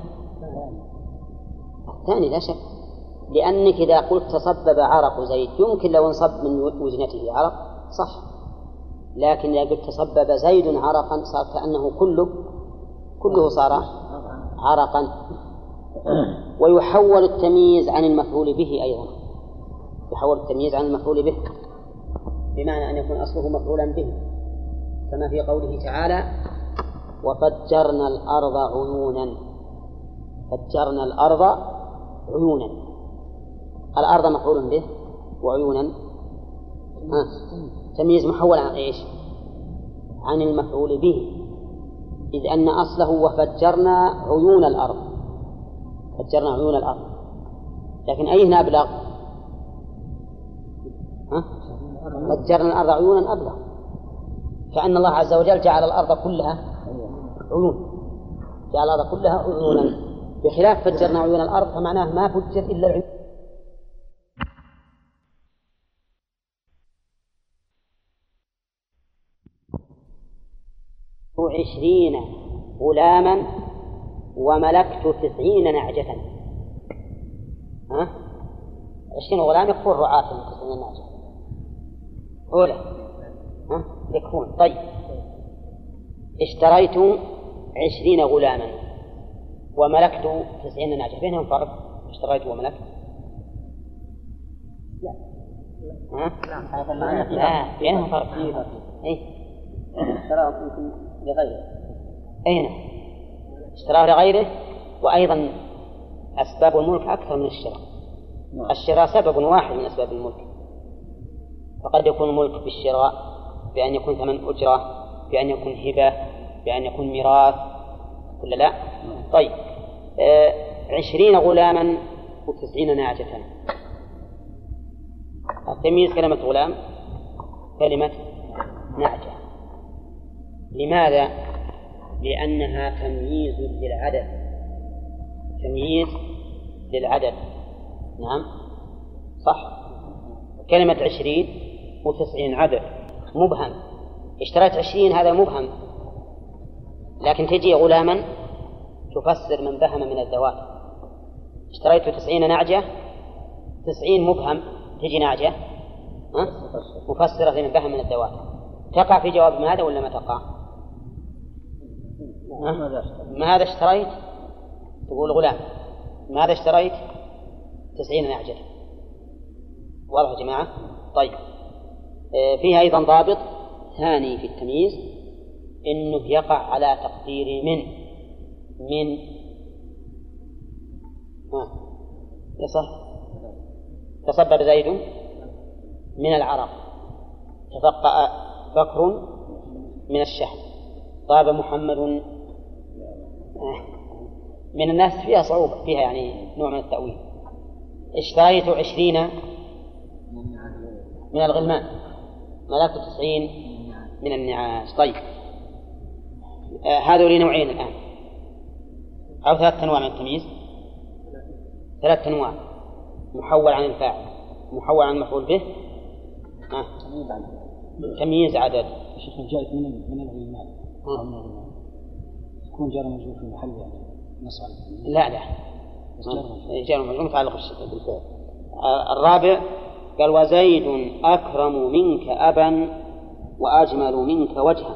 الثاني لا شك، لأنك إذا قلت تصبب عرق زيد يمكن لو انصب من وجنته عرق صح، لكن إذا قلت تصبب زيد عرقا صار كأنه كله كله صار عرقا. ويحول التمييز عن المفعول به أيضا، يحول التمييز عن المفعول به بمعنى أن يكون أصله مفعولا به، كما في قوله تعالى وفجرنا الأرض عيونا. فجرنا الأرض عيونا، الأرض مفعول به وعيونا آه. تمييز محول عن إيش؟ عن المفعول به، إذ أن أصله وفجرنا عيون الأرض، فجرنا عيون الأرض، لكن أيه أبلغ؟ ها؟ فجرنا الأرض عيونا أبلغ، كأن الله عز وجل جعل الأرض كلها عيون، جعل الأرض كلها عيونا، بخلاف فجرنا عيون الأرض فمعناه ما فجر إلا العيون. عشرين غلاما وملكت تسعين نعجة. ها؟ عشرين غلام يكفون رعاة من تسعين نعجة أولى، ها؟ يكفون. طيب اشتريت عشرين غلاما وملكت تسعين نعجة، بينهم فرق؟ اشتريت وملكت؟ لا ها؟ لا بينهم فرق. اي اشتراه يمكن لغيره. اي نعم، اشتراه لغيره. وايضا اسباب الملك اكثر من الشراء. الشراء سبب واحد من اسباب الملك، فقد يكون الملك بالشراء، بأن يكون ثمن أجرة، بأن يكون هبة، بأن يكون ميراث، ولا لا؟ طيب آه عشرين غلاما وتسعين ناعجة. التمييز كلمة غلام كلمة نعجة. لماذا؟ لأنها تمييز للعدد، تمييز للعدد. نعم صح، كلمة عشرين وتسعين عدد مبهم، اشتريت عشرين هذا مبهم، لكن تجي غلاما تفسر من بهم من الذوات. اشتريت تسعين نعجة، تسعين مبهم، تجي نعجة أه؟ مفسرة من بهم من الذوات. تقع في جواب ماذا ولا ما تقع؟ أه؟ ماذا اشتريت؟ تقول غلام. ماذا اشتريت؟ تسعين نعجة. واضح يا جماعة؟ طيب فيها أيضا ضابط ثاني في التمييز، إنه يقع على تقدير من من ها يصح. تصبب زيد من العرق، تفقأ بكر من الشحم، طاب محمد من الناس. فيها صعوبة، فيها يعني نوع من التأويل. اشتريت عشرين من الغلمان، ملكت تسعين من النعاس. طيب آه هذول نوعين الآن، أو ثلاثة أنواع من التمييز، ثلاثة أنواع: محول عن الفاعل، محول عن المفعول به، آه. تمييز عدد. الشيخ الجائز من من الغلمان يكون جار مجرور في محل يعني نص على لا لا جار مجرور متعلق بالفعل. آه الرابع قال وزيد أكرم منك أبا وأجمل منك وجها.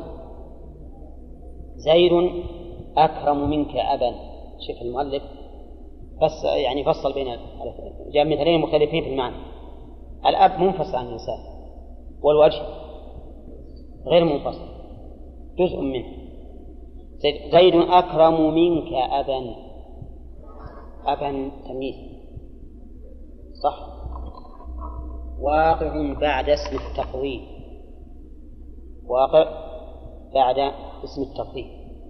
زيد أكرم منك أبا. شوف المؤلف بس يعني فصل بين جاء مثلين مختلفين في المعنى. الأب منفصل عن الإنسان، والوجه غير منفصل، جزء منه. زيد أكرم منك أبا، أبا تمييز صح، واقع بعد اسم التفضيل، واقع بعد اسم التفضيل.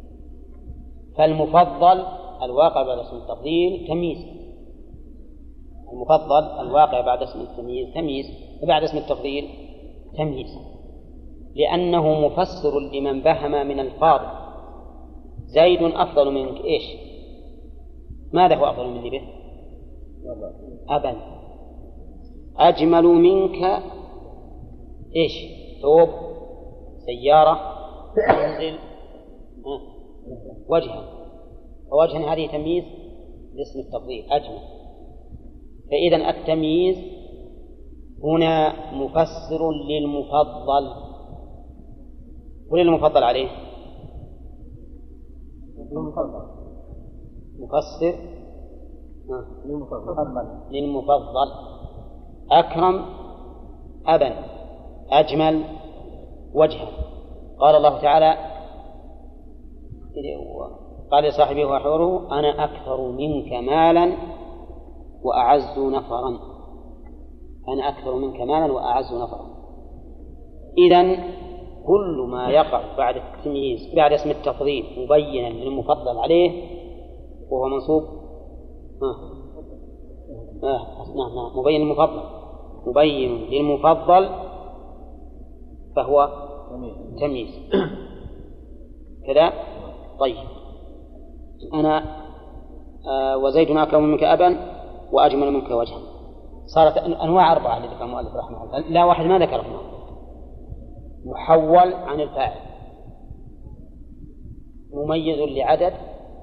فالمفضل الواقع بعد اسم التفضيل تمييز، المفضل الواقع بعد اسم التمييز تمييز، بعد اسم التفضيل تمييز، لأنه مفسر لمن بهم من الفاضل. زيد أفضل منك إيش؟ ماذا هو أفضل مني به؟ أبا. أجمل منك إيش؟ ثوب سيارة تنزل وجها، فوجها هذه تمييز لاسم التفضيل أجمل. فإذا التمييز هنا مفسر للمفضل. وللمفضل عليه مفسر للمفضل. أكرم أبا، أجمل وجها. قال الله تعالى قال لصاحبه وحوره أنا أكثر منك مالا وأعز نفرا. أنا أكثر منك مالا وأعز نفرا. إذن كل ما يقع بعد التمييز بعد اسم التفضيل مبينا للمفضل عليه وهو منصوب آه. آه. نعم نعم مبين للمفضل مبين للمفضل فهو تمييز كذا. طيب أنا آه وزيد أكرم منك أبا وأجمل منك وجها. صارت أنواع أربعة اللي ذكر المؤلف رحمه الله، لا واحد ما ذكره. محول عن الفاعل، مميز لعدد،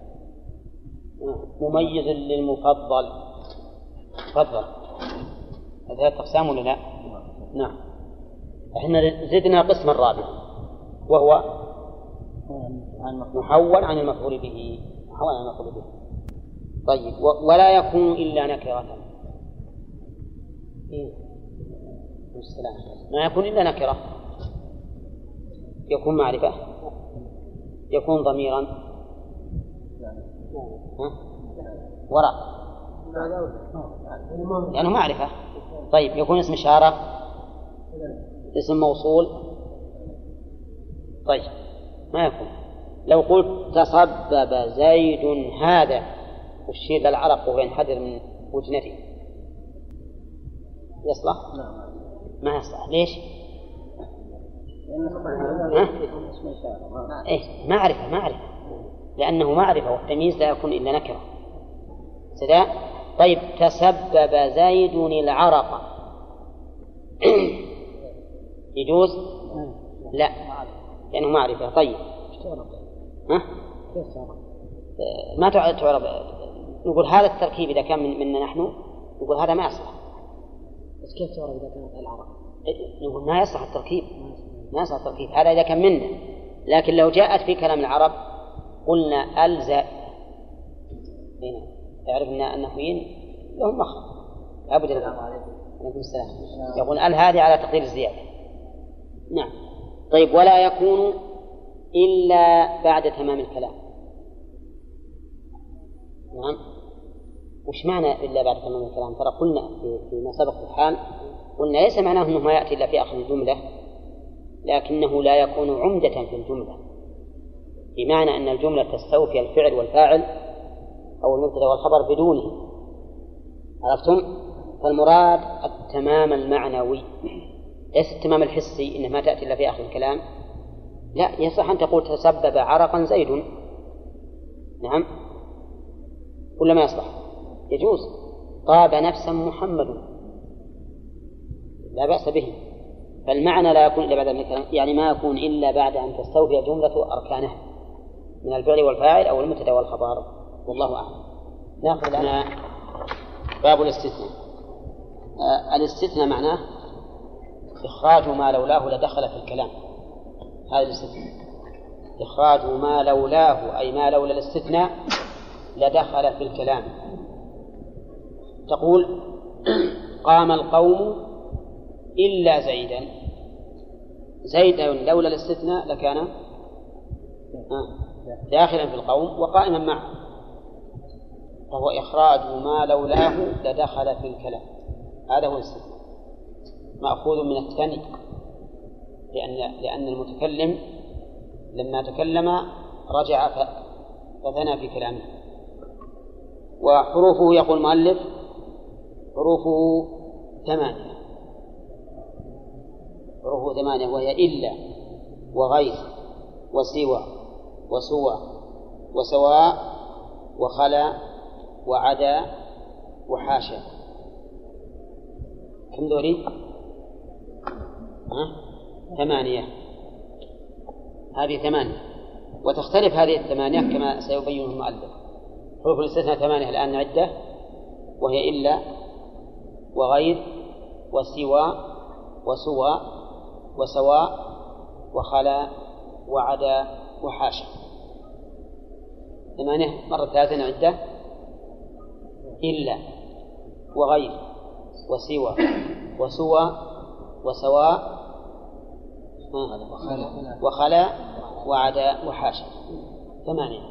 مميز للمفضل. تفضل. هذه الأقسام ولا لا؟ نعم. احنا زدنا قسما رابعا وهو محول عن المفعول به. محول عن المفعول به. طيب ولا يكون إلا نكرة. إيه؟ السلام. ما يكون إلا نكرة. يكون معرفة، يكون ضميرا وراء لأنه يعني معرفة. طيب يكون اسم إشارة، اسم موصول. طيب ما يكون. لو قلت تصبب زيد هذا والشيء للعرق وهو ينحدر من وجنته يصلح؟ ما يصلح. ليش؟ إيه؟ معرفة معرفة لأنه معرفة والتمييز لا يكون إلا نكرة. سداء. طيب تسبب زيد العرق يجوز؟ لا لأنه معرفة. طيب ها؟ ما تعرف. نقول هذا التركيب إذا كان من منا نحن نقول هذا ما يصلح. بس كيف تعرف إذا كانت العرق؟ نقول ما يصلح التركيب، ما يصلح التركيب. هذا إذا كان منا. لكن لو جاءت في كلام العرب قلنا الزائد. هنا تعرف أن النحويين لهم مخرج أبدا. عليكم السلام. يقول ال هذه على تقدير الزيادة. نعم. طيب ولا يكون إلا بعد تمام الكلام. نعم. وش معنى إلا بعد تمام الكلام؟ ترى قلنا فيما سبق في الحال قلنا ليس معناه أنه ما يأتي إلا في آخر الجملة، لكنه لا يكون عمدة في الجملة، بمعنى أن الجملة تستوفي الفعل والفاعل أو المبتدأ والخبر بدونه. عرفتم؟ فالمراد التمام المعنوي ليس التمام الحسي، إنه ما تأتي إلا في آخر الكلام. لا يصح أن تقول تسبب عرقا زيد. نعم. ولا ما يصلح؟ يجوز. طاب نفسا محمد لا بأس به. فالمعنى لا يكون إلا بعد الكلام، يعني ما يكون إلا بعد أن تستوفي جملة أركانه من الفعل والفاعل أو المبتدأ والخبر. والله أعلم. نأخذ الآن باب الاستثناء. آه الاستثناء معناه إخراج ما لولاه لدخل في الكلام. هذا الاستثناء. إخراج ما لولاه أي ما لولا الاستثناء لدخل في الكلام. تقول قام القوم إلا زيدا. زيدا لولا الاستثناء لكان داخلا في القوم وقائما معه، فهو إخراج ما لولاه لدخل في الكلام. هذا هو الاستثناء، مأخوذ من الثني، لأن لأن المتكلم لما تكلم رجع فثنى في كلامه. وحروفه يقول المؤلف حروفه ثمانية. حروفه ثمانية وهي إلا وغير وسوى وسوى وسواء وخلا وعدا وحاشا. كم ذولي؟ ها؟ ثمانية. هذه ثمانية، وتختلف هذه الثمانية كما سيبين المؤلف. حروف الاستثناء ثمانية الآن عدة، وهي إلا وغير وسوى وسوى وسواء وخلا وعدا وحاشا. ثمانية مرة ثلاثة عدة: إلا وغير وسوى وسوى وسواء وخلا وعدا وحاشا. ثمانية.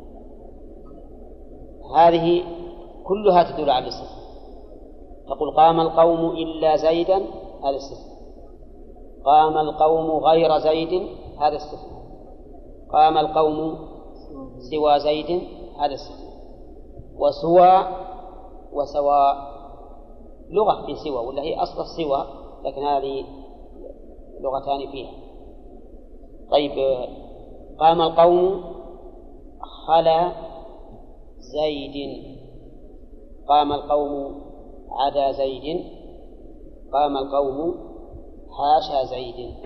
هذه كلها تدل على الاستثناء. تقول قام القوم إلا زيدا، هذا استثناء. قام القوم غير زيد، هذا استثناء. قام القوم سوى زيد، هذا استثناء. وسوى وسواء لغة في سوى، ولا هي أصل السوى، لكن هذه لغتان فيها. طيب، قام القوم خلا زيد، قام القوم عدا زيد، قام القوم حاشا زيد.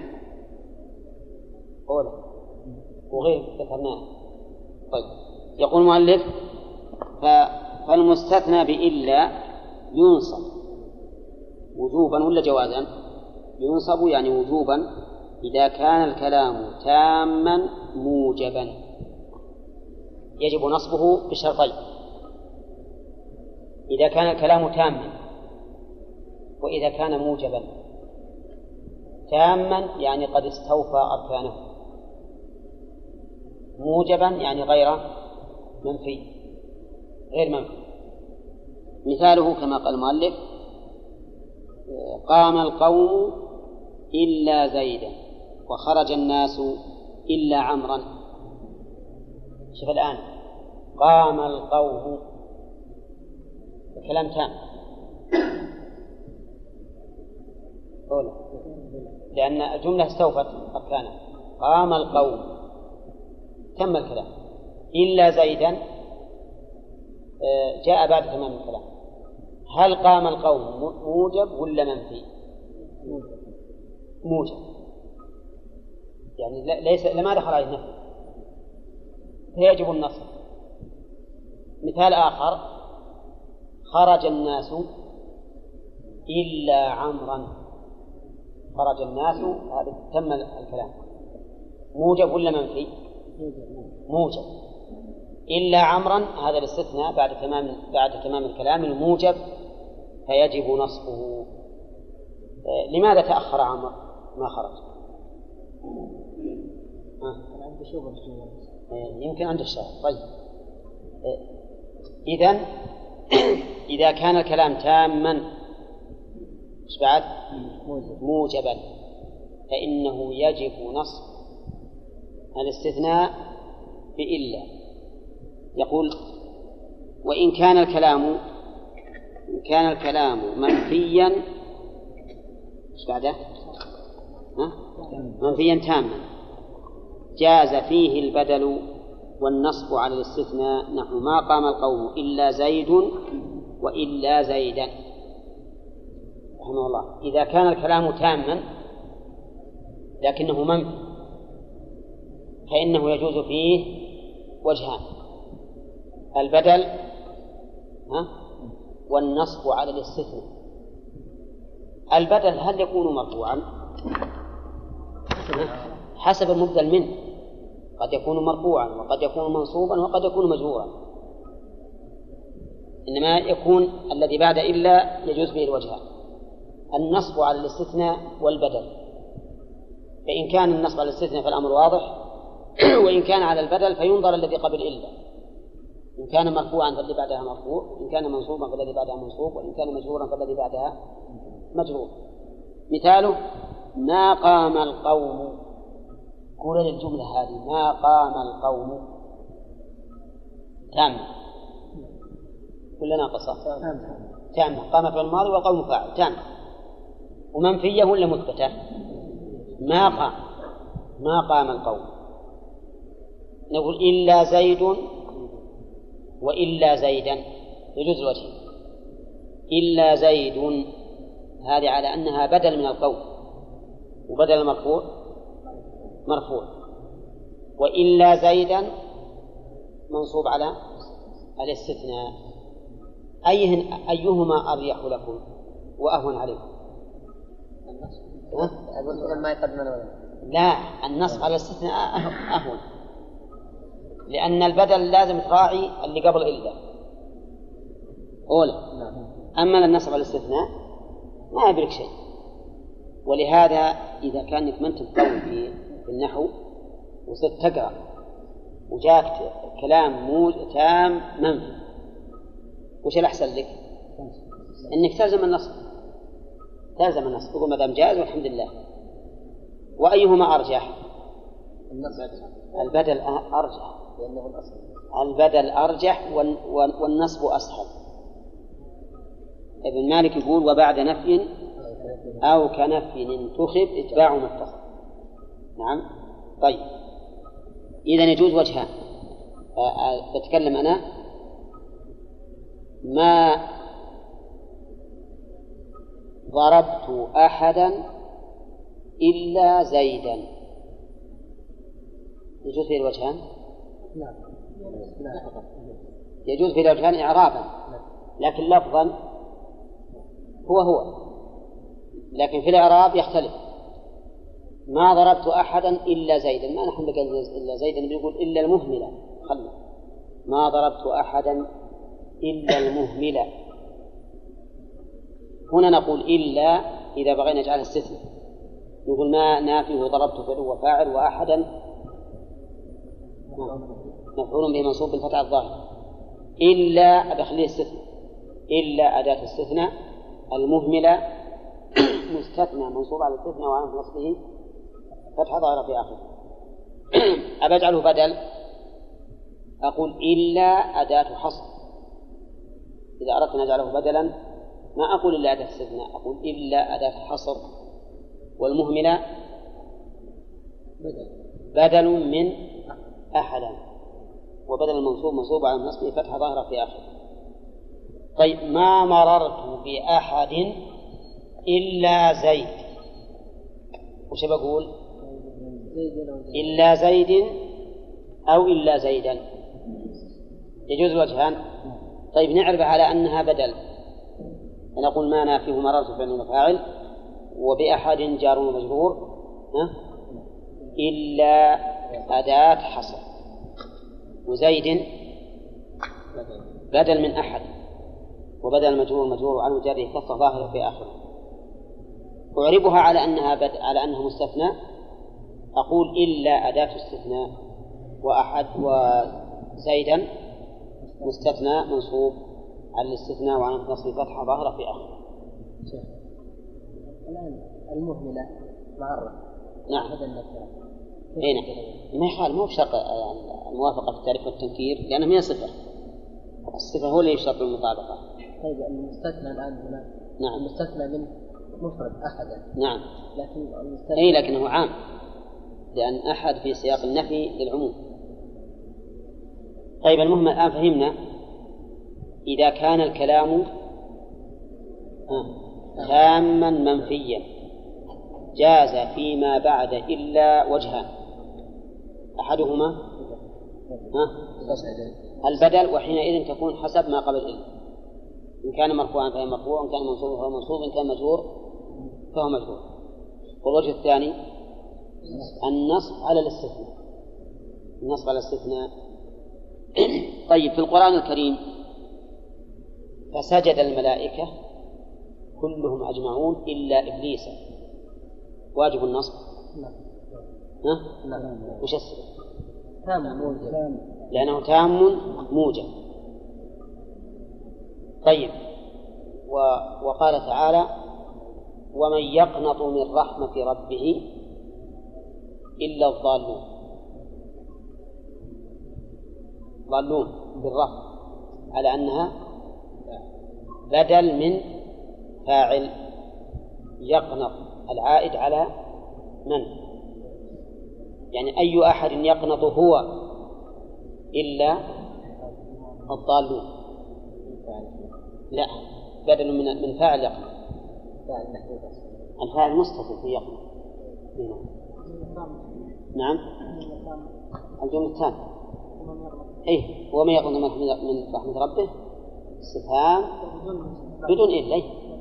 أولا وغير ذكرناه. طيب، يقول المؤلف: فالمستثنى بإلا ينصب وجوبا ولا جوازا؟ ينصب يعني وجوبا إذا كان الكلام تاما موجبا، يجب نصبه بشرطين: إذا كان الكلام تاما، وإذا كان موجبا. تاما يعني قد استوفى أركانه، موجبا يعني غير منفي، غير منفي. مثاله كما قال المؤلف: قام القوم إلا زيدا، وخرج الناس إلا عمرا. شوف الآن، قام القوم الكلام تام، أولا لأن الجملة استوفت أركانها. قام القوم تم الكلام، إلا زيدا جاء بعد تمام الكلام. هل قام القوم موجب ولا منفي؟ موجب، يعني ليس لما دخل عليه نفي، فيجب النصب. مثال آخر: خرج الناس إلا عمرا. خرج الناس، هذا تم الكلام. موجب ولا منفي؟ موجب. إلا عمرا هذا الاستثناء بعد تمام بعد تمام الكلام الموجب، فيجب نصبه. لماذا تأخر عمر ما خرج؟ يمكن عند الشاهد. طيب، إذن إذا كان الكلام تاما إيش بعد؟ موجبا، فإنه يجب نصب الاستثناء بإلا. يقول: وإن كان الكلام إن كان الكلام منفيا، إيش بعده؟ ها؟ منفيا تاما، جاز فيه البدل والنصب على الاستثناء، نحو: ما قام القوم إلا زيد وإلا زيدا. رحمه الله. إذا كان الكلام تاما لكنه منفي، فإنه يجوز فيه وجهان: البدل ها؟ والنصب على الاستثناء. البدل هل يكون مرفوعا؟ حسب المبدل منه، قد يكون مرفوعا وقد يكون منصوبا وقد يكون مجرورا، إنما يكون الذي بعد إلا يجوز به الوجهان: النصب على الاستثناء والبدل. فإن كان النصب على الاستثناء فالأمر واضح، وإن كان على البدل فينظر الذي قبل إلا، إن كان مرفوعا فالذي بعدها مرفوع، إن كان منصوبا فالذي بعدها منصوب، وإن كان مجرورا فالذي بعدها مجرور. مثاله: ما قام القوم. قول للجملة هذه: ما قام القوم تامة ولا ناقصة؟ تامة. قام في الماضي والقوم فاعل تامة. ومنفية ولا مثبتة؟ ما قام ما قام القوم. نقول: إلا زيد وإلا زيدا، يجوز الوجه. إلا زيد هذه على أنها بدل من القول، وبدل المرفوع مرفوع، وإلا زيدا منصوب على الاستثناء. أيهن أيهما أريح لكم وأهون عليكم؟ أقول ما يقدمنا. لا، النصب على الاستثناء أهون، لأن البدل لازم تراعي اللي قبل إلا أولى. أما النصب على الاستثناء ما يبرك شيء. ولهذا إذا كانت ما أنت تقوي في النحو وصرت تقرأ وجاك كلام مو تام منفي، وش الأحسن لك؟ إنك تلزم النصب، تلزم النصب، تقول ما دام جائز والحمد لله. وأيهما أرجح؟ البدل أرجح، لأنه الأصل. البدل أرجح والنصب أسهل. ابن مالك يقول وبعد نفي أو كنفي انتخب اتباع ما اتصل. نعم. طيب، إذا يجوز وجهان. بتكلم أنا ما ضربت أحدا إلا زيدا، يجوز فيه الوجهان؟ نعم. يجوز فيه الوجهان إعرابا، لكن لفظا هو هو، لكن في الإعراب يختلف. ما ضربت أحدا إلا زيدا، ما نحن نقول إلا زيدا، بيقول إلا المهملة. خلنا ما ضربت أحدا إلا المهملة. هنا نقول إلا إذا بغينا نجعل استثناء، نقول ما نافيه ضربت فعل وفاعل وأحدا مفعول به منصوب بالفتح الظاهر، إلا أدخله استثناء، إلا أداة استثناء المهملة مستثنى منصوب على الاستثناء وعلى نصبه فتح ظاهرة في آخره. أبى أجعله بدل، أقول إلا أداة حصر. إذا أردت أن أجعله بدلا ما أقول إلا أداة استثناء، أقول إلا أداة حصر. والمهملة بدل من أحدا، وبدل المنصوب منصوب على نصبه فتح ظاهرة في آخره. طيب، ما مررت بأحد إلا زيد، وش بقول؟ إلا زيد أو إلا زيدا، يجوز الوجهان. طيب، نعرف على أنها بدل، نقول ما نافيه مررت فعل وفاعل وبأحد جار ومجرور إلا أداة حصر، وزيد بدل من أحد وبدل المجرور مجرور عنه جاره كسر ظاهر في آخره. أعربها على أنها بدل، على أنها مستثنى، أقول إلا أداة استثناء وأحد وزيدا مستثنى منصوب على الاستثناء وعن نصب فتحة ظاهرة في آخره. الآن المهملة معرة. نعم. هذا النكرة. هنا ما يخالف، مو بشرط الموافقة في التعريف والتنكير، لأنه هي صفة، الصفة هو اللي يشترط المطابقة. طيب، المستثنى الآن هنا. نعم. المستثنى من مفرد أحدا. نعم. لكن المستثنى أي لكنه عام، لأن أحد في سياق النفي للعموم. طيب، المهم الآن فهمنا إذا كان الكلام تاما منفيا جاز فيما بعد إلا وجهان، أحدهما البدل، وحينئذ تكون حسب ما قبل إلا، إن كان مرفوعا فهو مرفوع، إن كان منصوبا فهو منصوب، إن كان مجرور فهو مجرور. والوجه الثاني النصب على الاستثناء، النصب على الاستثناء. طيب، في القرآن الكريم فسجد الملائكة كلهم أجمعون إلا إبليس، واجب النصب؟ ها؟ وش السبب؟ تام موجب، لأنه تام موجب. طيب، و... وقال تعالى ومن يقنط من رحمة ربه إلا الضالون، ضالون بالرفع على أنها بدل من فاعل يقنط العائد على من؟ يعني أي أحد يقنط هو إلا الضالون؟ لا، بدل من من فاعل يقنط، الفاعل مستتر في يقنط. نعم. الجملة الثانية إيه وما يقنط من رحمة من رحمة ربه استفهام بدون إلا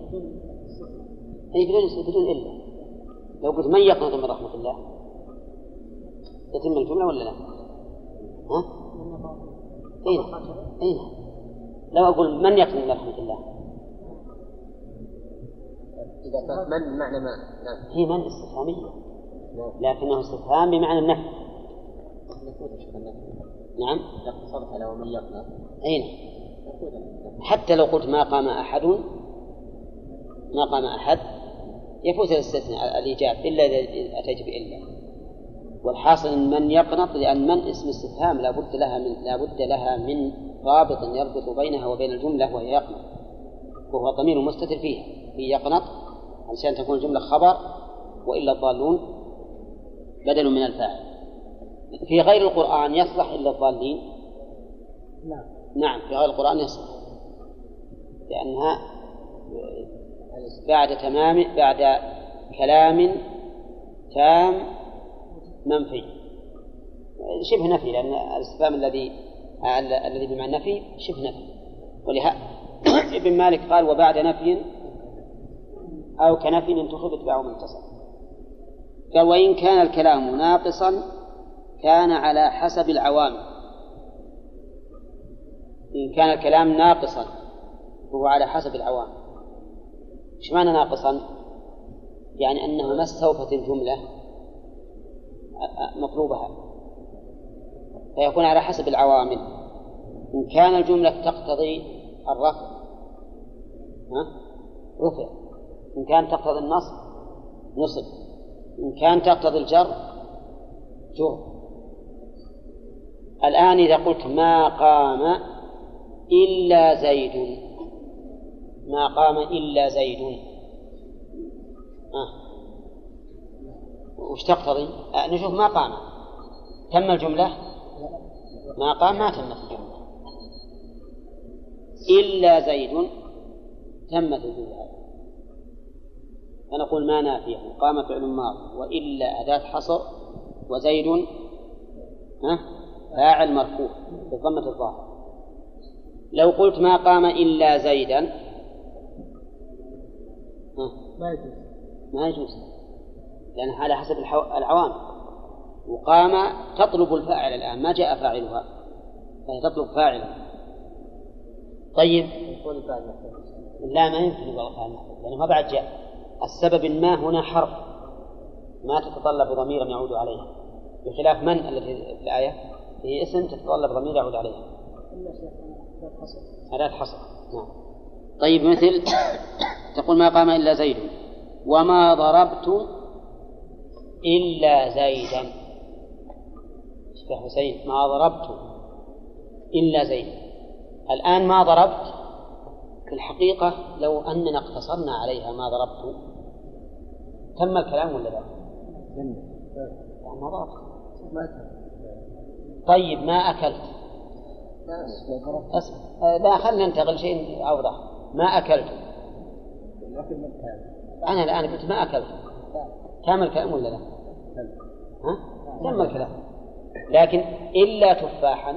أي بدون بدون إلا. لو قلت من يقنط من رحمة الله تتم الجملة ولا لا؟ ها؟ أين؟ أين؟ لو أقول من يقنط من رحمة الله إذا كان من معنى ما نعم. هي من استفهامية لكنه استفهام بمعنى النفي. نعم اقتصرت لو من يقنط أين؟ حتى لو قلت ما قام أحد ما قام أحد يفوت الاستثناء الإيجاب إلا إذا أتيت بإلا. والحاصل أن من يقنط لأن من اسم استفهام لا بد لها من لا بد لها من رابط يربط بينها وبين الجملة وهي يقنط وهو ضمير مستتر فيها في يقنط عشان تكون الجملة خبر وإلا الضالون بدل من الفاعل. في غير القرآن يصلح إلا الضالين. نعم نعم في غير القرآن يصلح لأنها بعد تمام بعد كلام تام منفي شبه نفي لأن الاستفهام الذي الذي بمعنى نفي شبه نفي. ولهذا ابن مالك قال وبعد نفي أو كنفي انتخب اتباعه من اتصل. قال وإن كان الكلام ناقصا كان على حسب العوامل. إن كان الكلام ناقصا وهو على حسب العوامل. إيش معنى ناقصا؟ يعني أنه ما استوفت الجملة مطلوبها فيكون على حسب العوامل. إن كان الجملة تقتضي الرفع ها؟ رفع. إن كان تقتضي النصب نصب. إن كان تقتضي الجر جر. الآن إذا قلت ما قام إلا زيد ما قام إلا زيد آه. وش تقتضي؟ آه نشوف ما قام تم الجملة ما قام ما تمت الجملة إلا زيد تمت الجملة. فنقول ما نافيه قام فعل ماض وإلا أداة حصر وزيد ها فاعل مرفوع بضمة الظاهر. لو قلت ما قام إلا زيدا ها ما يجوز ما يجوز لأن على حسب العوامل. وقام تطلب الفاعل الآن ما جاء فاعلها فهي تطلب فاعلا. طيب لا ما يمكن يقول فاعل لأنه ما بعد جاء. السبب ما هنا حرف ما تتطلب ضميرا يعود عليها بخلاف من التي في الآية هي اسم تتطلب ضمير يعود عليها أداة حصر. نعم. طيب مثل تقول ما قام إلا زيد وما ضربت إلا زيدا. شيخ حسين ما ضربت إلا زيد. الآن ما ضربت في الحقيقة لو أننا اقتصرنا عليها ما ضربت تم الكلام ولا لا؟ ما ضربت. طيب ما أكلت لا خلنا ننتقل شيء أوضح. ما أكلت أنا الآن قلت ما أكلت تم الكلام ولا لا؟ ها؟ تم الكلام. لكن إلا تفاحا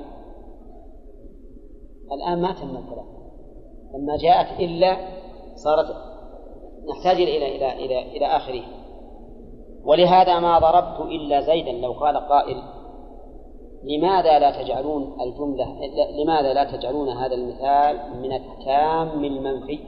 الآن ما تم الكلام. لما جاءت إلا صارت نحتاج إلى إلى إلى إلى آخره. ولهذا ما ضربت إلا زيدا لو قال قائل لماذا لا تجعلون الجملة لماذا لا تجعلون هذا المثال من التام المنفي؟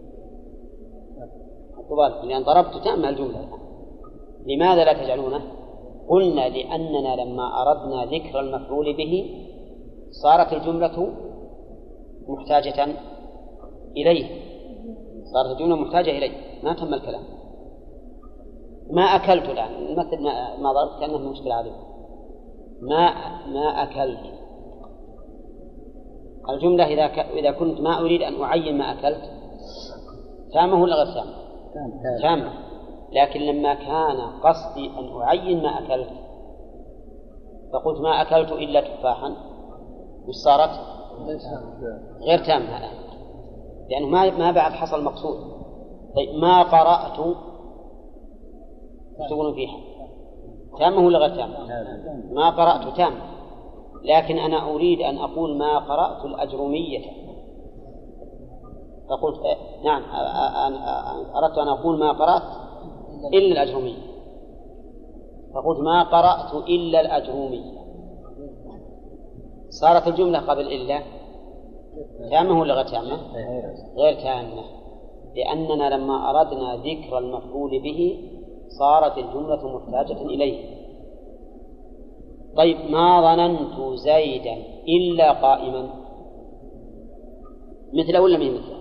لأن ضربت تام الجملة لماذا لا تجعلونه؟ قلنا لأننا لما أردنا ذكر المفعول به صارت الجملة محتاجة إليه صارت الجملة محتاجة إليه ما تم الكلام. ما أكلت الآن مثل ما, ما ضربت كأنه مشكلة عليه ما ما أكلت. الجملة إذا ك... إذا كنت ما أريد أن أعين ما أكلت تامة ولا غير تامة؟ تامة. لكن لما كان قصدي أن أعين ما أكلت فقلت ما أكلت إلا تفاحا وش صارت؟ غير تامة الآن لأنه ما ما بعد حصل مقصود. طيب ما قرأت وش تقولون فيها؟ تامة ولا غير تامة؟ ما قرأت تامة لكن أنا أريد أن أقول ما قرأت الأجرومية، فقلت نعم أردت أن أقول ما قرأت إلا الأجرومية، فقلت ما قرأت إلا الأجرومية، صارت الجملة قبل إلا تامة ولا غير تامة؟ غير تامة، لأننا لما أردنا ذكر المفعول به صارت الجملة محتاجة إليه. طيب ما ظننت زيدا إلا قائما، مثله ولا من مثله؟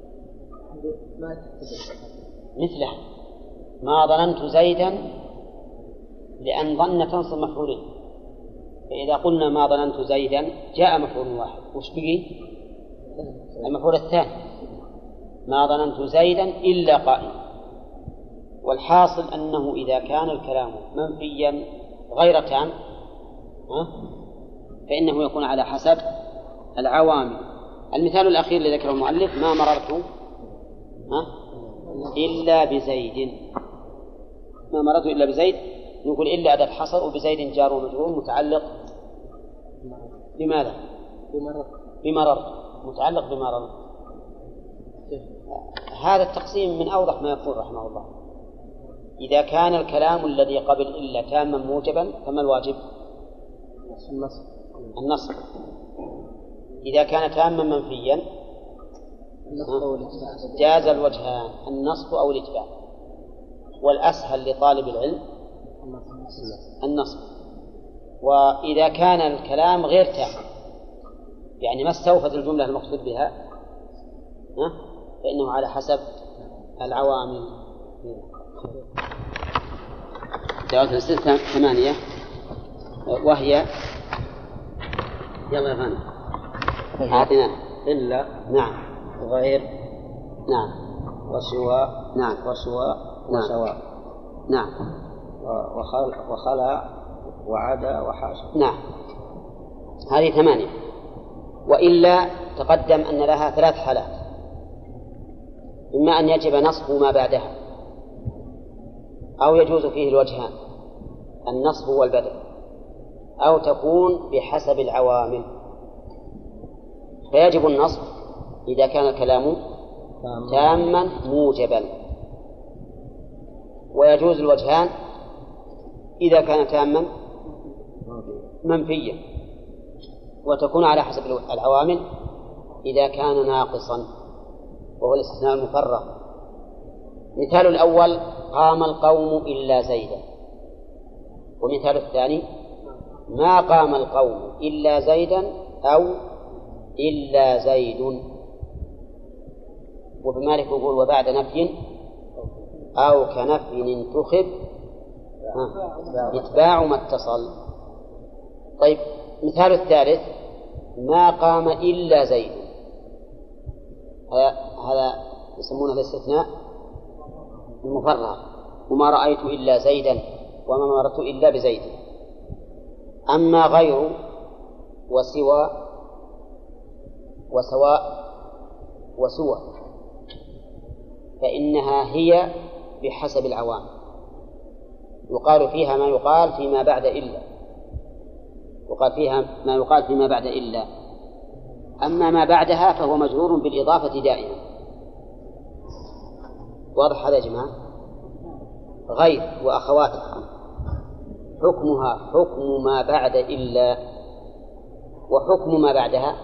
مثله. ما ظننت زيدا لأن ظن تنصب مفعولين، فإذا قلنا ما ظننت زيدا جاء مفعول واحد، وش بقي؟ المفعول الثاني. ما ظننت زيدا إلا قائما. والحاصل أنه إذا كان الكلام منفيا غير تام فإنه يكون على حسب العوامل. المثال الأخير الذي ذكره المؤلف ما مررت إلا بزيد، ما مررت إلا بزيد، نقول إلا أداة حصر، وبزيد جار ومجرور متعلق بماذا؟ بمرر، متعلق بمرر. هذا التقسيم من أوضح ما يقول رحمه الله. إذا كان الكلام الذي قبل إلا تاما موجبا فما الواجب؟ النصب. إذا كان تاما منفيا جاز الوجهان، النصب أو الإتباع، والأسهل لطالب العلم النصب. وإذا كان الكلام غير تام يعني ما استوفت الجملة المقصود بها فإنه على حسب العوامل. دعوة الاستثناء ثمانية، وهي يلا يا فندم أعطنا إلا نعم غير نعم وسواء نعم وسواء نعم وسواء نعم وخل وخلا وعدا وحاشا. نعم هذه ثمانية. وإلا تقدم أن لها ثلاث حالات: إما أن يجب نصب ما بعدها، أو يجوز فيه الوجهان النصب والبدل، أو تكون بحسب العوامل. فيجب النصب إذا كان الكلام تاما موجبا، ويجوز الوجهان إذا كان تاما منفيا، وتكون على حسب العوامل إذا كان ناقصا، وهو الاستثناء المفرغ. مثال الأول قام القوم إلا زيدا، ومثال الثاني ما قام القوم إلا زيدا أو إلا زيد. وبمالك يقول وبعد نفي أو كنفي انتخب إتباع ما اتصل. طيب مثال الثالث ما قام إلا زيد، هذا يسمونه الاستثناء المفرغ، وما رأيت إلا زيدا وما مررت إلا بزيد. أما غير وسوى وسواء وسوى فإنها هي بحسب العوامل، يقال فيها ما يقال فيما بعد إلا، وقال فيها ما يقال فيما بعد إلا. أما ما بعدها فهو مجرور بالإضافة دائما. واضح هذا يا جماعة؟ غير وأخواتها حكمها حكم ما بعد إلا، وحكم ما بعدها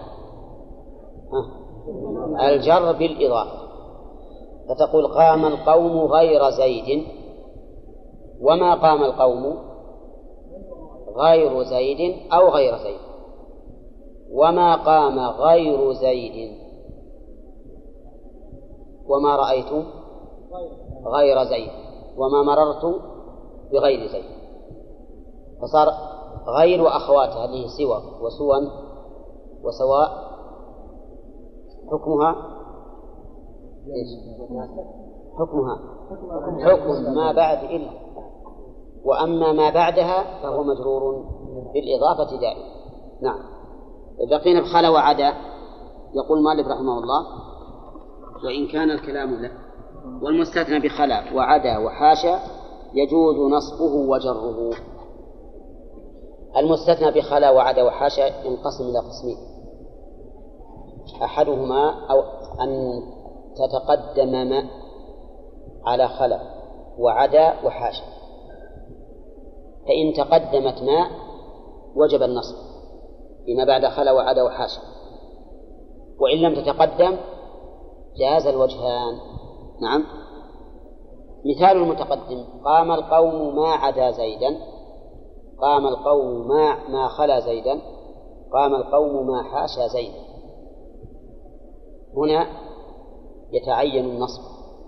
الجر بالإضافة، فتقول قام القوم غير زيد، وما قام القوم غير زيد أو غير زيد، وما قام غير زيد، وما رأيت غير زيد، وما مررت بغير زيد. فصار غير وأخواتها اللي هي سوى وسوى وسواء حكمها حكمها حكم ما بعد إلا، وأما ما بعدها فهو مجرور بالإضافة دائما. نعم. بقينا بخلا وعدا. يقول المؤلف رحمه الله وإن كان الكلام له والمستثنى بخلا وعدا وحاشا يجوز نصبه وجره. المستثنى بخلا وعدا وحاشا ينقسم إلى قسمين. أحدهما أو أن تتقدم ما على خلا وعدا وحاشا، فإن تقدمت ما وجب النصب فيما بعد خلا وعدا وحاشا، وإن لم تتقدم جاز الوجهان. نعم. مثال المتقدم: قام القوم ما عدا زيدا، قام القوم ما ما خلا زيدا، قام القوم ما حاشا زيدا. هنا يتعين النصب.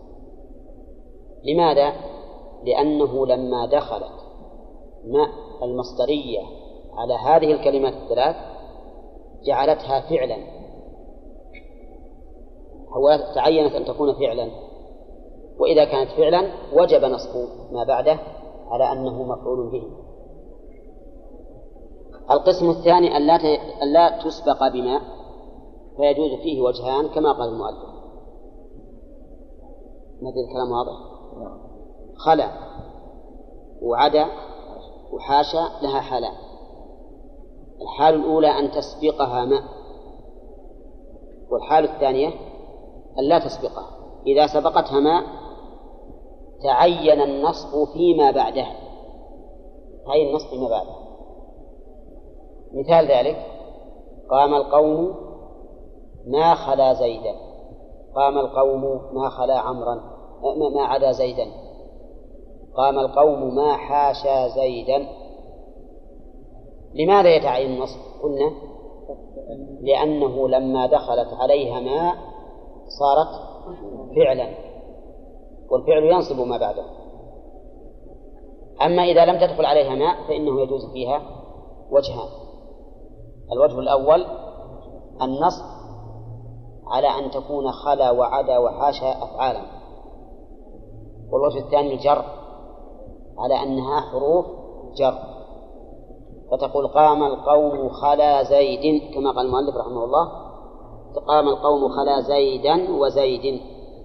لماذا؟ لأنه لما دخلت ما المصدرية على هذه الكلمات الثلاث جعلتها فعلا، هو تعينت أن تكون فعلا، وإذا كانت فعلا وجب نصب ما بعده على أنه مفعول به. القسم الثاني أن لا تسبق بما، فيجوز فيه وجهان كما قال المؤلف. ماذا الكلام واضح؟ خلا وعدا وحاشا لها حالان. الحال الأولى أن تسبقها ماء، والحال الثانية أن لا تسبقها. إذا سبقتها ماء تعين النصب فيما بعدها، تعين النصب فيما بعدها. مثال ذلك: قام القوم ما خلا زيدا، قام القوم ما خلا عمرا ما عدا زيدا، قام القوم ما حاشا زيدا. لماذا يتعين النصب؟ قلنا لأنه لما دخلت عليها ما صارت فعلا، والفعل ينصب ما بعده. أما إذا لم تدخل عليها ماء فإنه يجوز فيها وجهان. الوجه الأول النصب على أن تكون خلا وعدا وحاشا أفعالا، والوجه الثاني الجر على أنها حروف جر، فتقول قام القوم خلا زيد كما قال المؤلف رحمه الله: قام القوم خلا زيدا وزيد،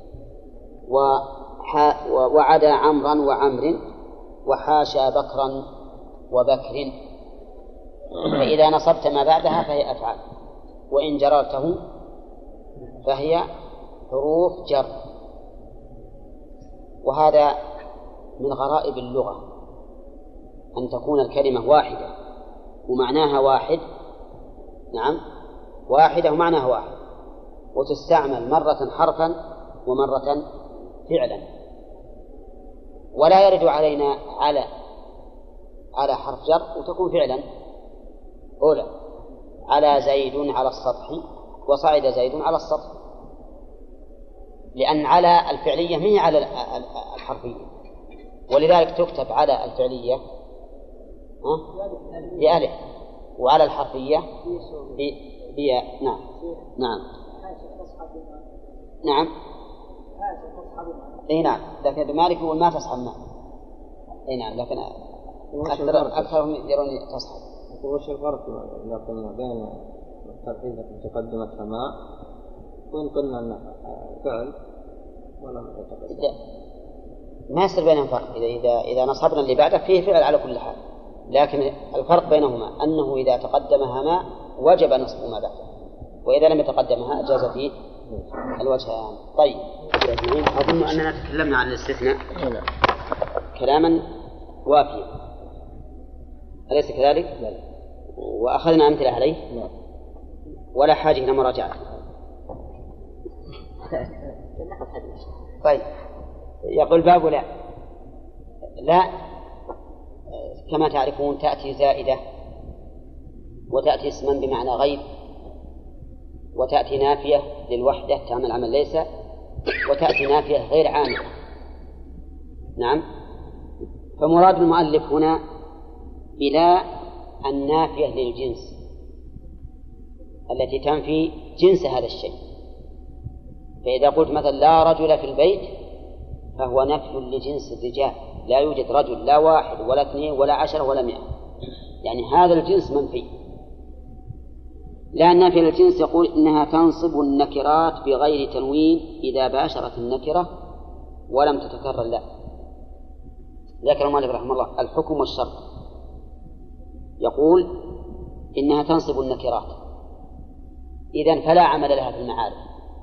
وعدا عمرا وعمر، وحاشا بكرا وبكر. فإذا نصبت ما بعدها فهي أفعال، وإن جررته فهي حروف جر. وهذا من غرائب اللغة أن تكون الكلمة واحدة ومعناها واحد، نعم واحدة ومعناها واحد، وتستعمل مرة حرفا ومرة فعلا. ولا يرد علينا على على حرف جر وتكون فعلا. أولى على زيد على السطح، وصعد زيد على السطح، لأن على الفعلية ما هي على الحرفية، ولذلك تكتب على الفعلية بألف، وعلى الحرفية بياء. نعم نعم نعم اي نعم، لكن ابن مالك يقول ما تصحب ماء. اي نعم، لكن اكثر اكثرهم يرون تصحب. وش الفرق إذا قلنا بين الترحيل التي تقدمتها ماء وإن قلنا أنها فعل ولم يتقدم؟ ما يصير بينهم فرق. إذا إذا إذا نصبنا اللي بعده فيه فعل على كل حال، لكن الفرق بينهما أنه إذا تقدمها ماء وجب نصب ما بعده، وإذا لم يتقدمها جاز فيه الوجهان. طيب، أظن أننا تكلمنا عن الاستثناء كلاما وافيا، أليس كذلك؟ لا. وأخذنا أمثلة عليه؟ لا. ولا حاجة إلى مراجعة. طيب، يقول باب لا. لا كما تعرفون تأتي زائدة، وتأتي اسما بمعنى غير، وتأتي نافية للوحدة تعمل عمل ليس، وتأتي نافية غير عامة. نعم. فمراد المؤلف هنا بلا النافية للجنس التي تنفي جنس هذا الشيء. فإذا قلت مثلا لا رجل في البيت فهو نفي لجنس الرجال، لا يوجد رجل، لا واحد ولا اثنين ولا عشرة ولا مئة، يعني هذا الجنس منفي. لا النافية للجنس يقول إنها تنصب النكرات بغير تنوين إذا باشرت النكرة ولم تتكرر. لا، ذكر المؤلف رحمه الله الحكم والشرط. يقول إنها تنصب النكرات، إذن فلا عمل لها في المعارف.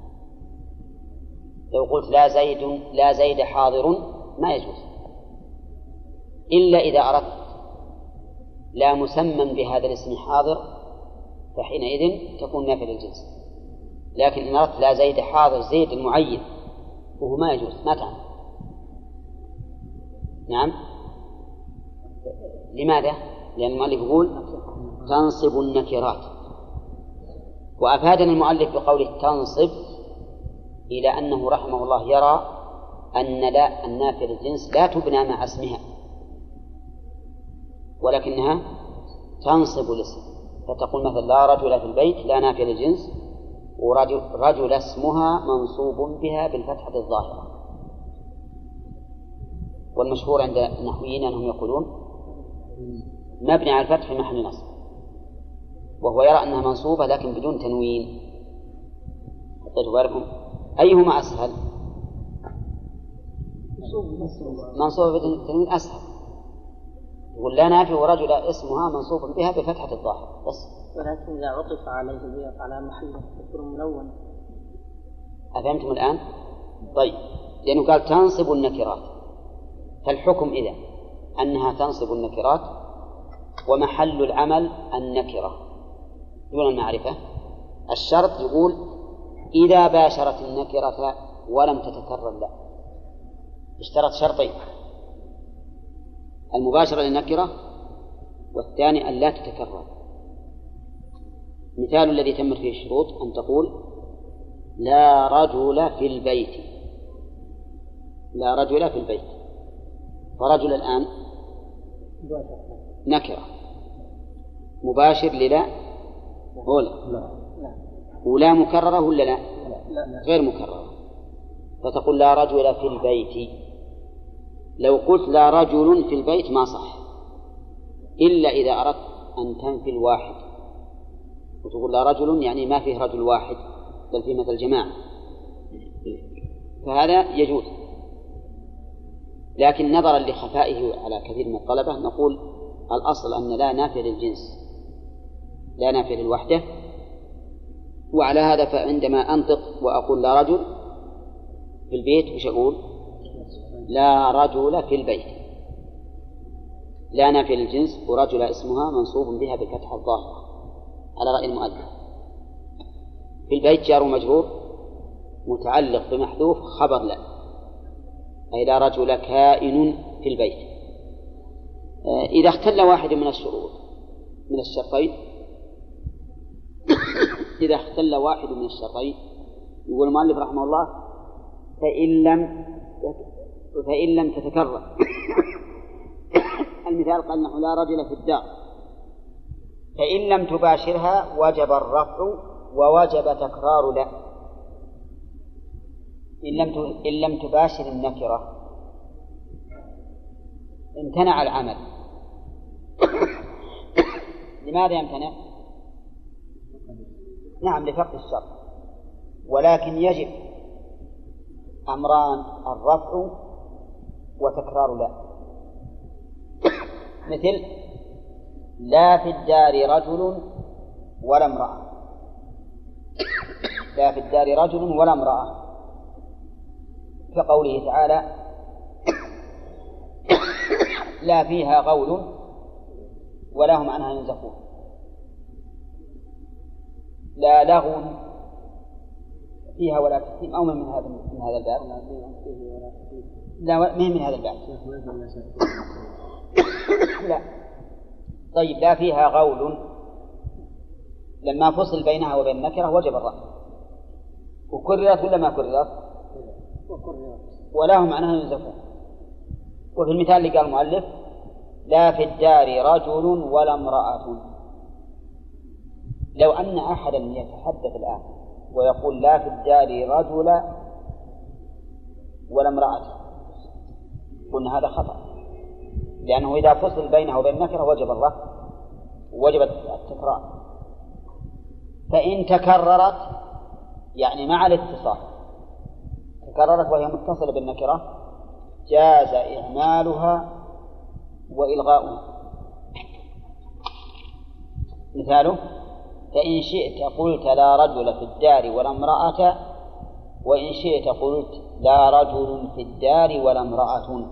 لو قلت لا زيد لا زيد حاضر ما يجوز، إلا إذا أردت لا مسمى بهذا الاسم حاضر فحينئذ تكون نافية للجنس. لكن إن أردت لا زيد حاضر زيد المعين وهو ما يجوز، ما تعمل. نعم. لماذا؟ لأن المؤلف يقول تنصب النكرات، وأفادنا المؤلف بقوله تنصب إلى أنه رحمه الله يرى أن لا النافية للجنس لا تبنى مع اسمها ولكنها تنصب الاسم، فتقول مثلا لا رجل في البيت لا نافية للجنس، ورجل رجل اسمها منصوب بها بالفتحة الظاهرة. والمشهور عند النحويين أنهم يقولون مبني على الفتح في محل نصب، وهو يرى أنها منصوبة لكن بدون تنوين. أيهما أسهل؟ منصوبة بدون تنوين أسهل. يقول لا نافي ورجل اسمها منصوب بها بفتحة الظاهر بس. ولكن إذا عطف عليه على محل يكون ملون. أفهمتم الآن؟ طيب، لأنه قال تنصب النكرات، فالحكم إذا أنها تنصب النكرات ومحل العمل النكرة دون المعرفة. الشرط يقول إذا باشرت النكرة ولم تتكرر له. اشترط شرطين: المباشرة للنكرة، والثاني أن لا تتكرر. مثال الذي تمت فيه الشروط أن تقول لا رجل في البيت، لا رجل في البيت، فرجل الآن نكرة مباشر للا ولا ولا مكررة ولا لا غير مكررة، فتقول لا رجل في البيت. لو قلت لا رجل في البيت ما صح إلا إذا أردت أن تنفي الواحد وتقول لا رجل يعني ما فيه رجل واحد بل فيه مثل جماعة، فهذا يجوز. لكن نظرا لخفائه على كثير من الطلبة نقول الأصل أن لا نافية للجنس لا نافية للوحدة. وعلى هذا فعندما أنطق وأقول لا رجل في البيت وش أقول؟ لا رجل في البيت، لا نافية للجنس، ورجل اسمها منصوب بها بالفتحة الظاهرة على رأي المؤلف. في البيت جار ومجرور متعلق بمحذوف خبر لا، أي لا رجل كائن في البيت. إذا اختل واحد من الشروط من الشرطين إذا اختل واحد من الشرطين يقول المؤلف رحمه الله فإن لم فإن لم تتكرر المثال قال نحو لا رجل في الدار، فإن لم تباشرها وجب الرفع ووجب تكرار لا. إن لم إن لم تباشر النكرة امتنع العمل. لماذا يمتنع؟ نعم لفقد الشرط، ولكن يجب أمران: الرفع وتكرار لا. مثل لا في الدار رجل ولا امرأة، لا في الدار رجل ولا امرأة، كقوله تعالى لا فيها غول ولا هم عنها ينزفون. لا لغو فيها ولا تثيم، أو من هذا من هذا الباب، لا من من هذا الباب لا. طيب لا فيها غول لما فصل بينها وبين النكرة وجب الرفع، وكررت ولا ما كررت؟ ولا هم عنها ينزفون. وفي المثال اللي قال المؤلف لا في الدار رجل ولا امرأة، لو أن أحدا يتحدث الآن ويقول لا في الدار رجل ولا امرأة قلنا هذا خطأ، لأنه إذا فصل بينه وبين النكرة وجب الرفع ووجب التكرار. فإن تكررت يعني مع الاتصال تكررت وهي متصلة بالنكرة جاز إهمالها وإلغاؤها. مثاله: فإن شئت قلت لا رجل في الدار ولا امرأة، وإن شئت قلت لا رجل في الدار ولا امرأة.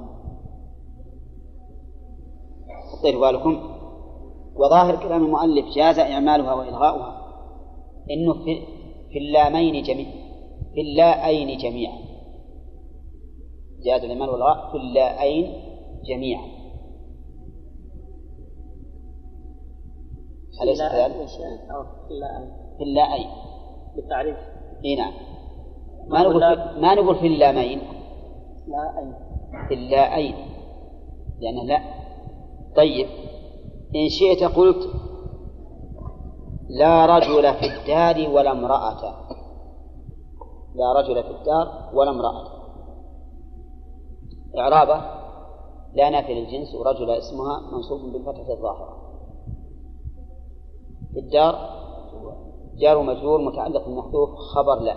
طيب بالكم. وظاهر كلام المؤلف جاز إعمالها وإلغاؤها إنه في, في اللامين جميع في اللائين جميعا، جاز الإعمال والإلغاء في اللائين جميعا. أليس كذلك؟ في اللائين بالتعريف. إيه نعم. ما نقول في... ما نقول في اللامين، لا في اللائين لأنه لا. طيب إن شئت قلت لا رجل في الدار ولا امرأة، لا رجل في الدار ولا امرأة. إعرابه: لا نافي للجنس، ورجل اسمها منصوب بالفتحة الظاهرة. في الدار جار ومجرور متعلق بالمحذوف خبر لا،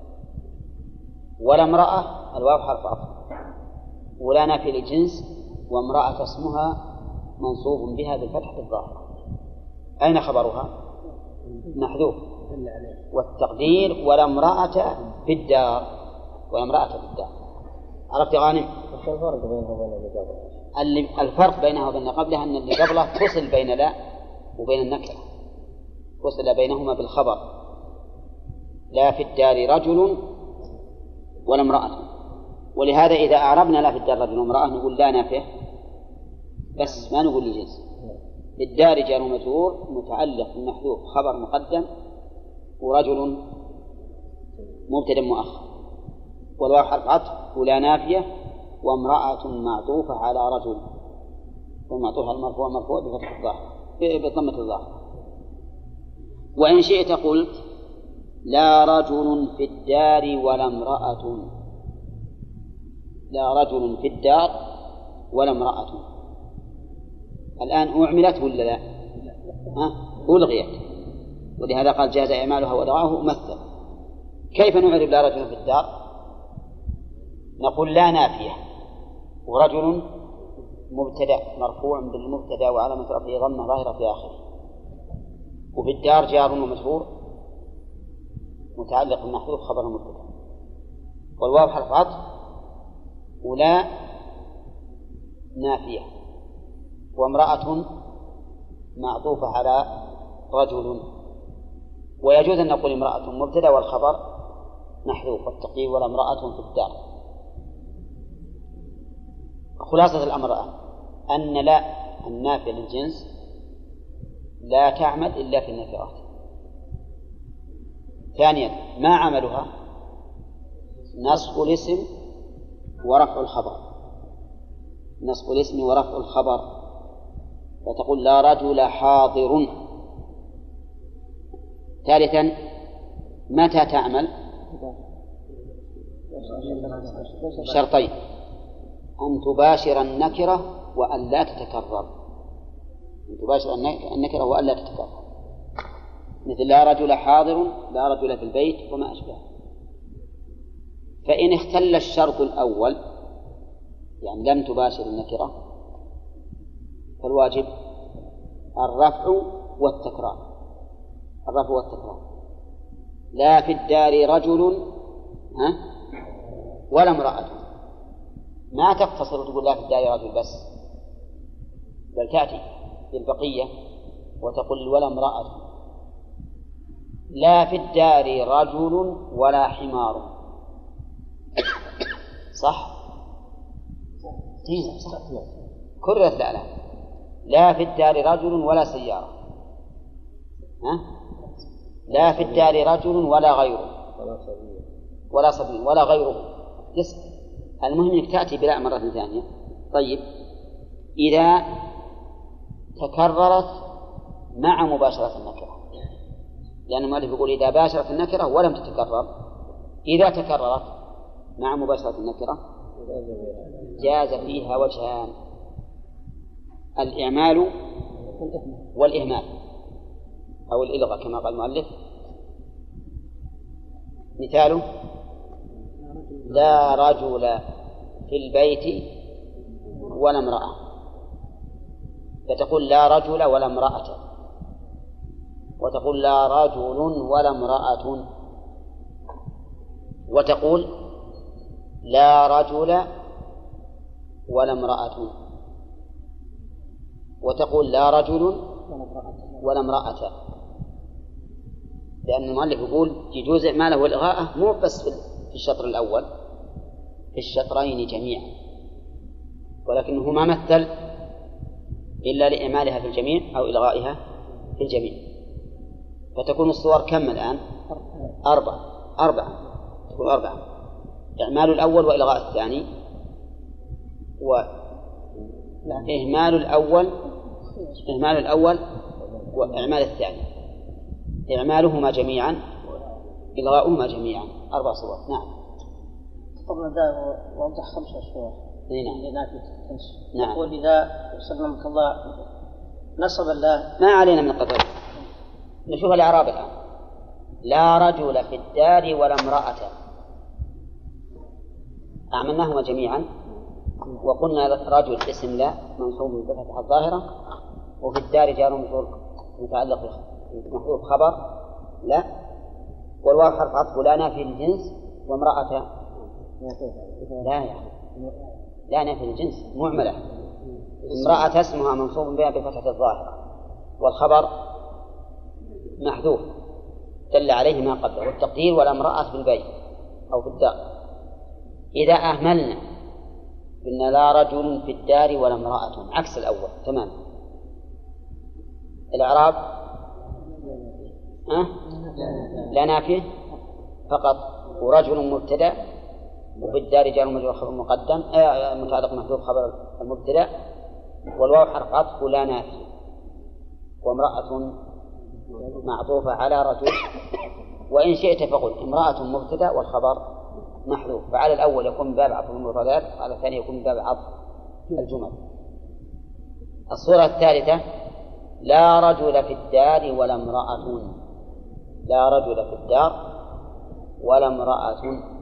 ولا امرأة الواو حرف عطف، ولا نافي للجنس، وامرأة اسمها منصوب بها بالفتحة الظاهرة. أين خبرها؟ محذوف، والتقدير ولا امرأة في الدار، ولا امرأة في الدار. عرفت يا غانم؟ وش الفرق بينها وبين اللي قبلها؟ الفرق بينها وبين قبلها أن اللي قبلها فصل بين لا وبين النكرة، فصل بينهما بالخبر: لا في الدار رجل ولا امرأة. ولهذا إذا أعربنا لا في الدار رجل وامرأة نقول لا نافية بس، ما نقول لجنس. في الدار جار ومجرور متعلق بالمحذوف خبر مقدم، ورجل مبتدأ مؤخر، والواو حرف عطف، ولا نافية، وامرأة معطوفة على رجل، والمعطوف على المرفوع مرفوع بفتح الظاهر بضمة الظاهر. وإن شئت قلت لا رجل في الدار ولا امرأة، لا رجل في الدار ولا امرأة. الآن أعملت ولا لا؟ ها؟ ألغيت، ولهذا قال جاز إعمالها وإلغاؤه مثل. كيف نعرب لا رجل في الدار؟ نقول لا نافية، ورجل مبتدأ مرفوع بالمبتدأ وعلامة رفعه ضمة ظاهرة في آخره، وفي الدار جار ومجرور متعلق بالمحذوف خبر المبتدأ، والواو حرف عطف، ولا نافية، وامرأة معطوفة على رجل. ويجوز أن نقول امرأة مبتدأ والخبر محذوف، والتقدير ولا امرأة في الدار. خلاصة الأمر أن لا النافية للجنس لا تعمل إلا في النكرات. ثانيا ما عملها؟ نصب الاسم ورفع الخبر، نصب الاسم ورفع الخبر، فتقول لا رجل حاضر. ثالثا متى تعمل؟ شرطين: أن تباشر النكرة وأن لا تتكرر، أن تباشر النكرة وأن لا تتكرر، مثل لا رجل حاضر، لا رجل في البيت، وما أشبه. فإن اختل الشرط الأول، يعني لم تباشر النكرة، فالواجب الرفع والتكرار، الرفع والتكرار. لا في الدار رجل ها ولا امرأة، ما تقتصر وتقول لا في الدار رجل بس، بل تأتي بالبقية وتقول ولا امرأة. لا في الدار رجل ولا حمار، صح؟ صح. كررت لا لا لا في الدار رجل ولا سيارة، ها؟ لا في الدار رجل ولا غيره، ولا صبي ولا غيره. يس. المهم انك تأتي بلا مرة ثانية. طيب إذا تكررت مع مباشرة النكرة، لأن المؤلف يقول إذا باشرت النكرة ولم تتكرر، إذا تكررت مع مباشرة النكرة جاز فيها وجهان: الإعمال والإهمال أو الإلغاء كما قال المؤلف. مثاله: لا رجل في البيت ولا امرأة، فتقول لا رجل ولا امرأة، وتقول لا رجل ولا امرأة، وتقول لا رجل ولا امرأة، وتقول لا رجل ولا امرأة، لأن المؤلف يقول يجوز إعماله والإغاءة مو بس في الشطر الأول، في الشطرين جميعا، ولكنه ما مثل إلا لإعمالها في الجميع أو إلغائها في الجميع. فتكون الصور كم الآن؟ أربعة أربعة تكون أربعة: إعمال الأول وإلغاء الثاني، وإهمال الأول إهمال الأول وإعمال الثاني، إعمالهما جميعا، إلغاؤهما جميعا، أربع صور. نعم. طبعا ذا وضح خمسة صور. نعم. نعم. يقول إذا سلمك الله نصب الله، ما علينا من القدر. نشوف الإعراب الآن. لا رجل في الدار ولا امرأة، أعملناهما جميعا، وقلنا رجل اسم لا منصوب بالفتحة الظاهرة، وفي الدار جار ومجرور متعلق بمحذوف خبر لا، والواو حرف عطف لا نافي للجنس، وامرأة لا يعني لا نافي للجنس معملة. امرأة اسمها منصوب بها بفتحة الظاهرة، والخبر محذوف دل عليه ما قبله، والتقدير ولا امرأة في البيت أو في الدار. إذا أهملنا قلنا لا رجل في الدار ولا امرأة، عكس الأول تمام. الإعراب أه؟ لا نافيه فقط، ورجل مبتدأ، وفي الدار جار ومجرور خبر مقدم آه متعلق محذوف خبر المبتدأ، والواو حرف عطف لا نافي، وامرأة معطوفة على رجل، وإن شئت فقل امرأة مبتدأ والخبر محذوف، فعلى الأول يكون من باب عطف المفردات، وعلى الثاني يكون من باب عطف الجمل. الصورة الثالثة لا رجل في الدار ولا امرأة، لا رجل في الدار ولا امرأة،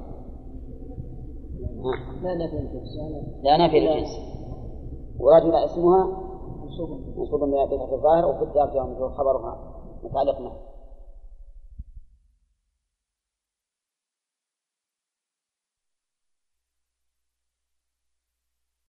لا نفي الجنس، لا نفي الجنس، ورجل اسمها منصوب بها بفتحة الظاهر، وفي الدار جاء خبرها متعلق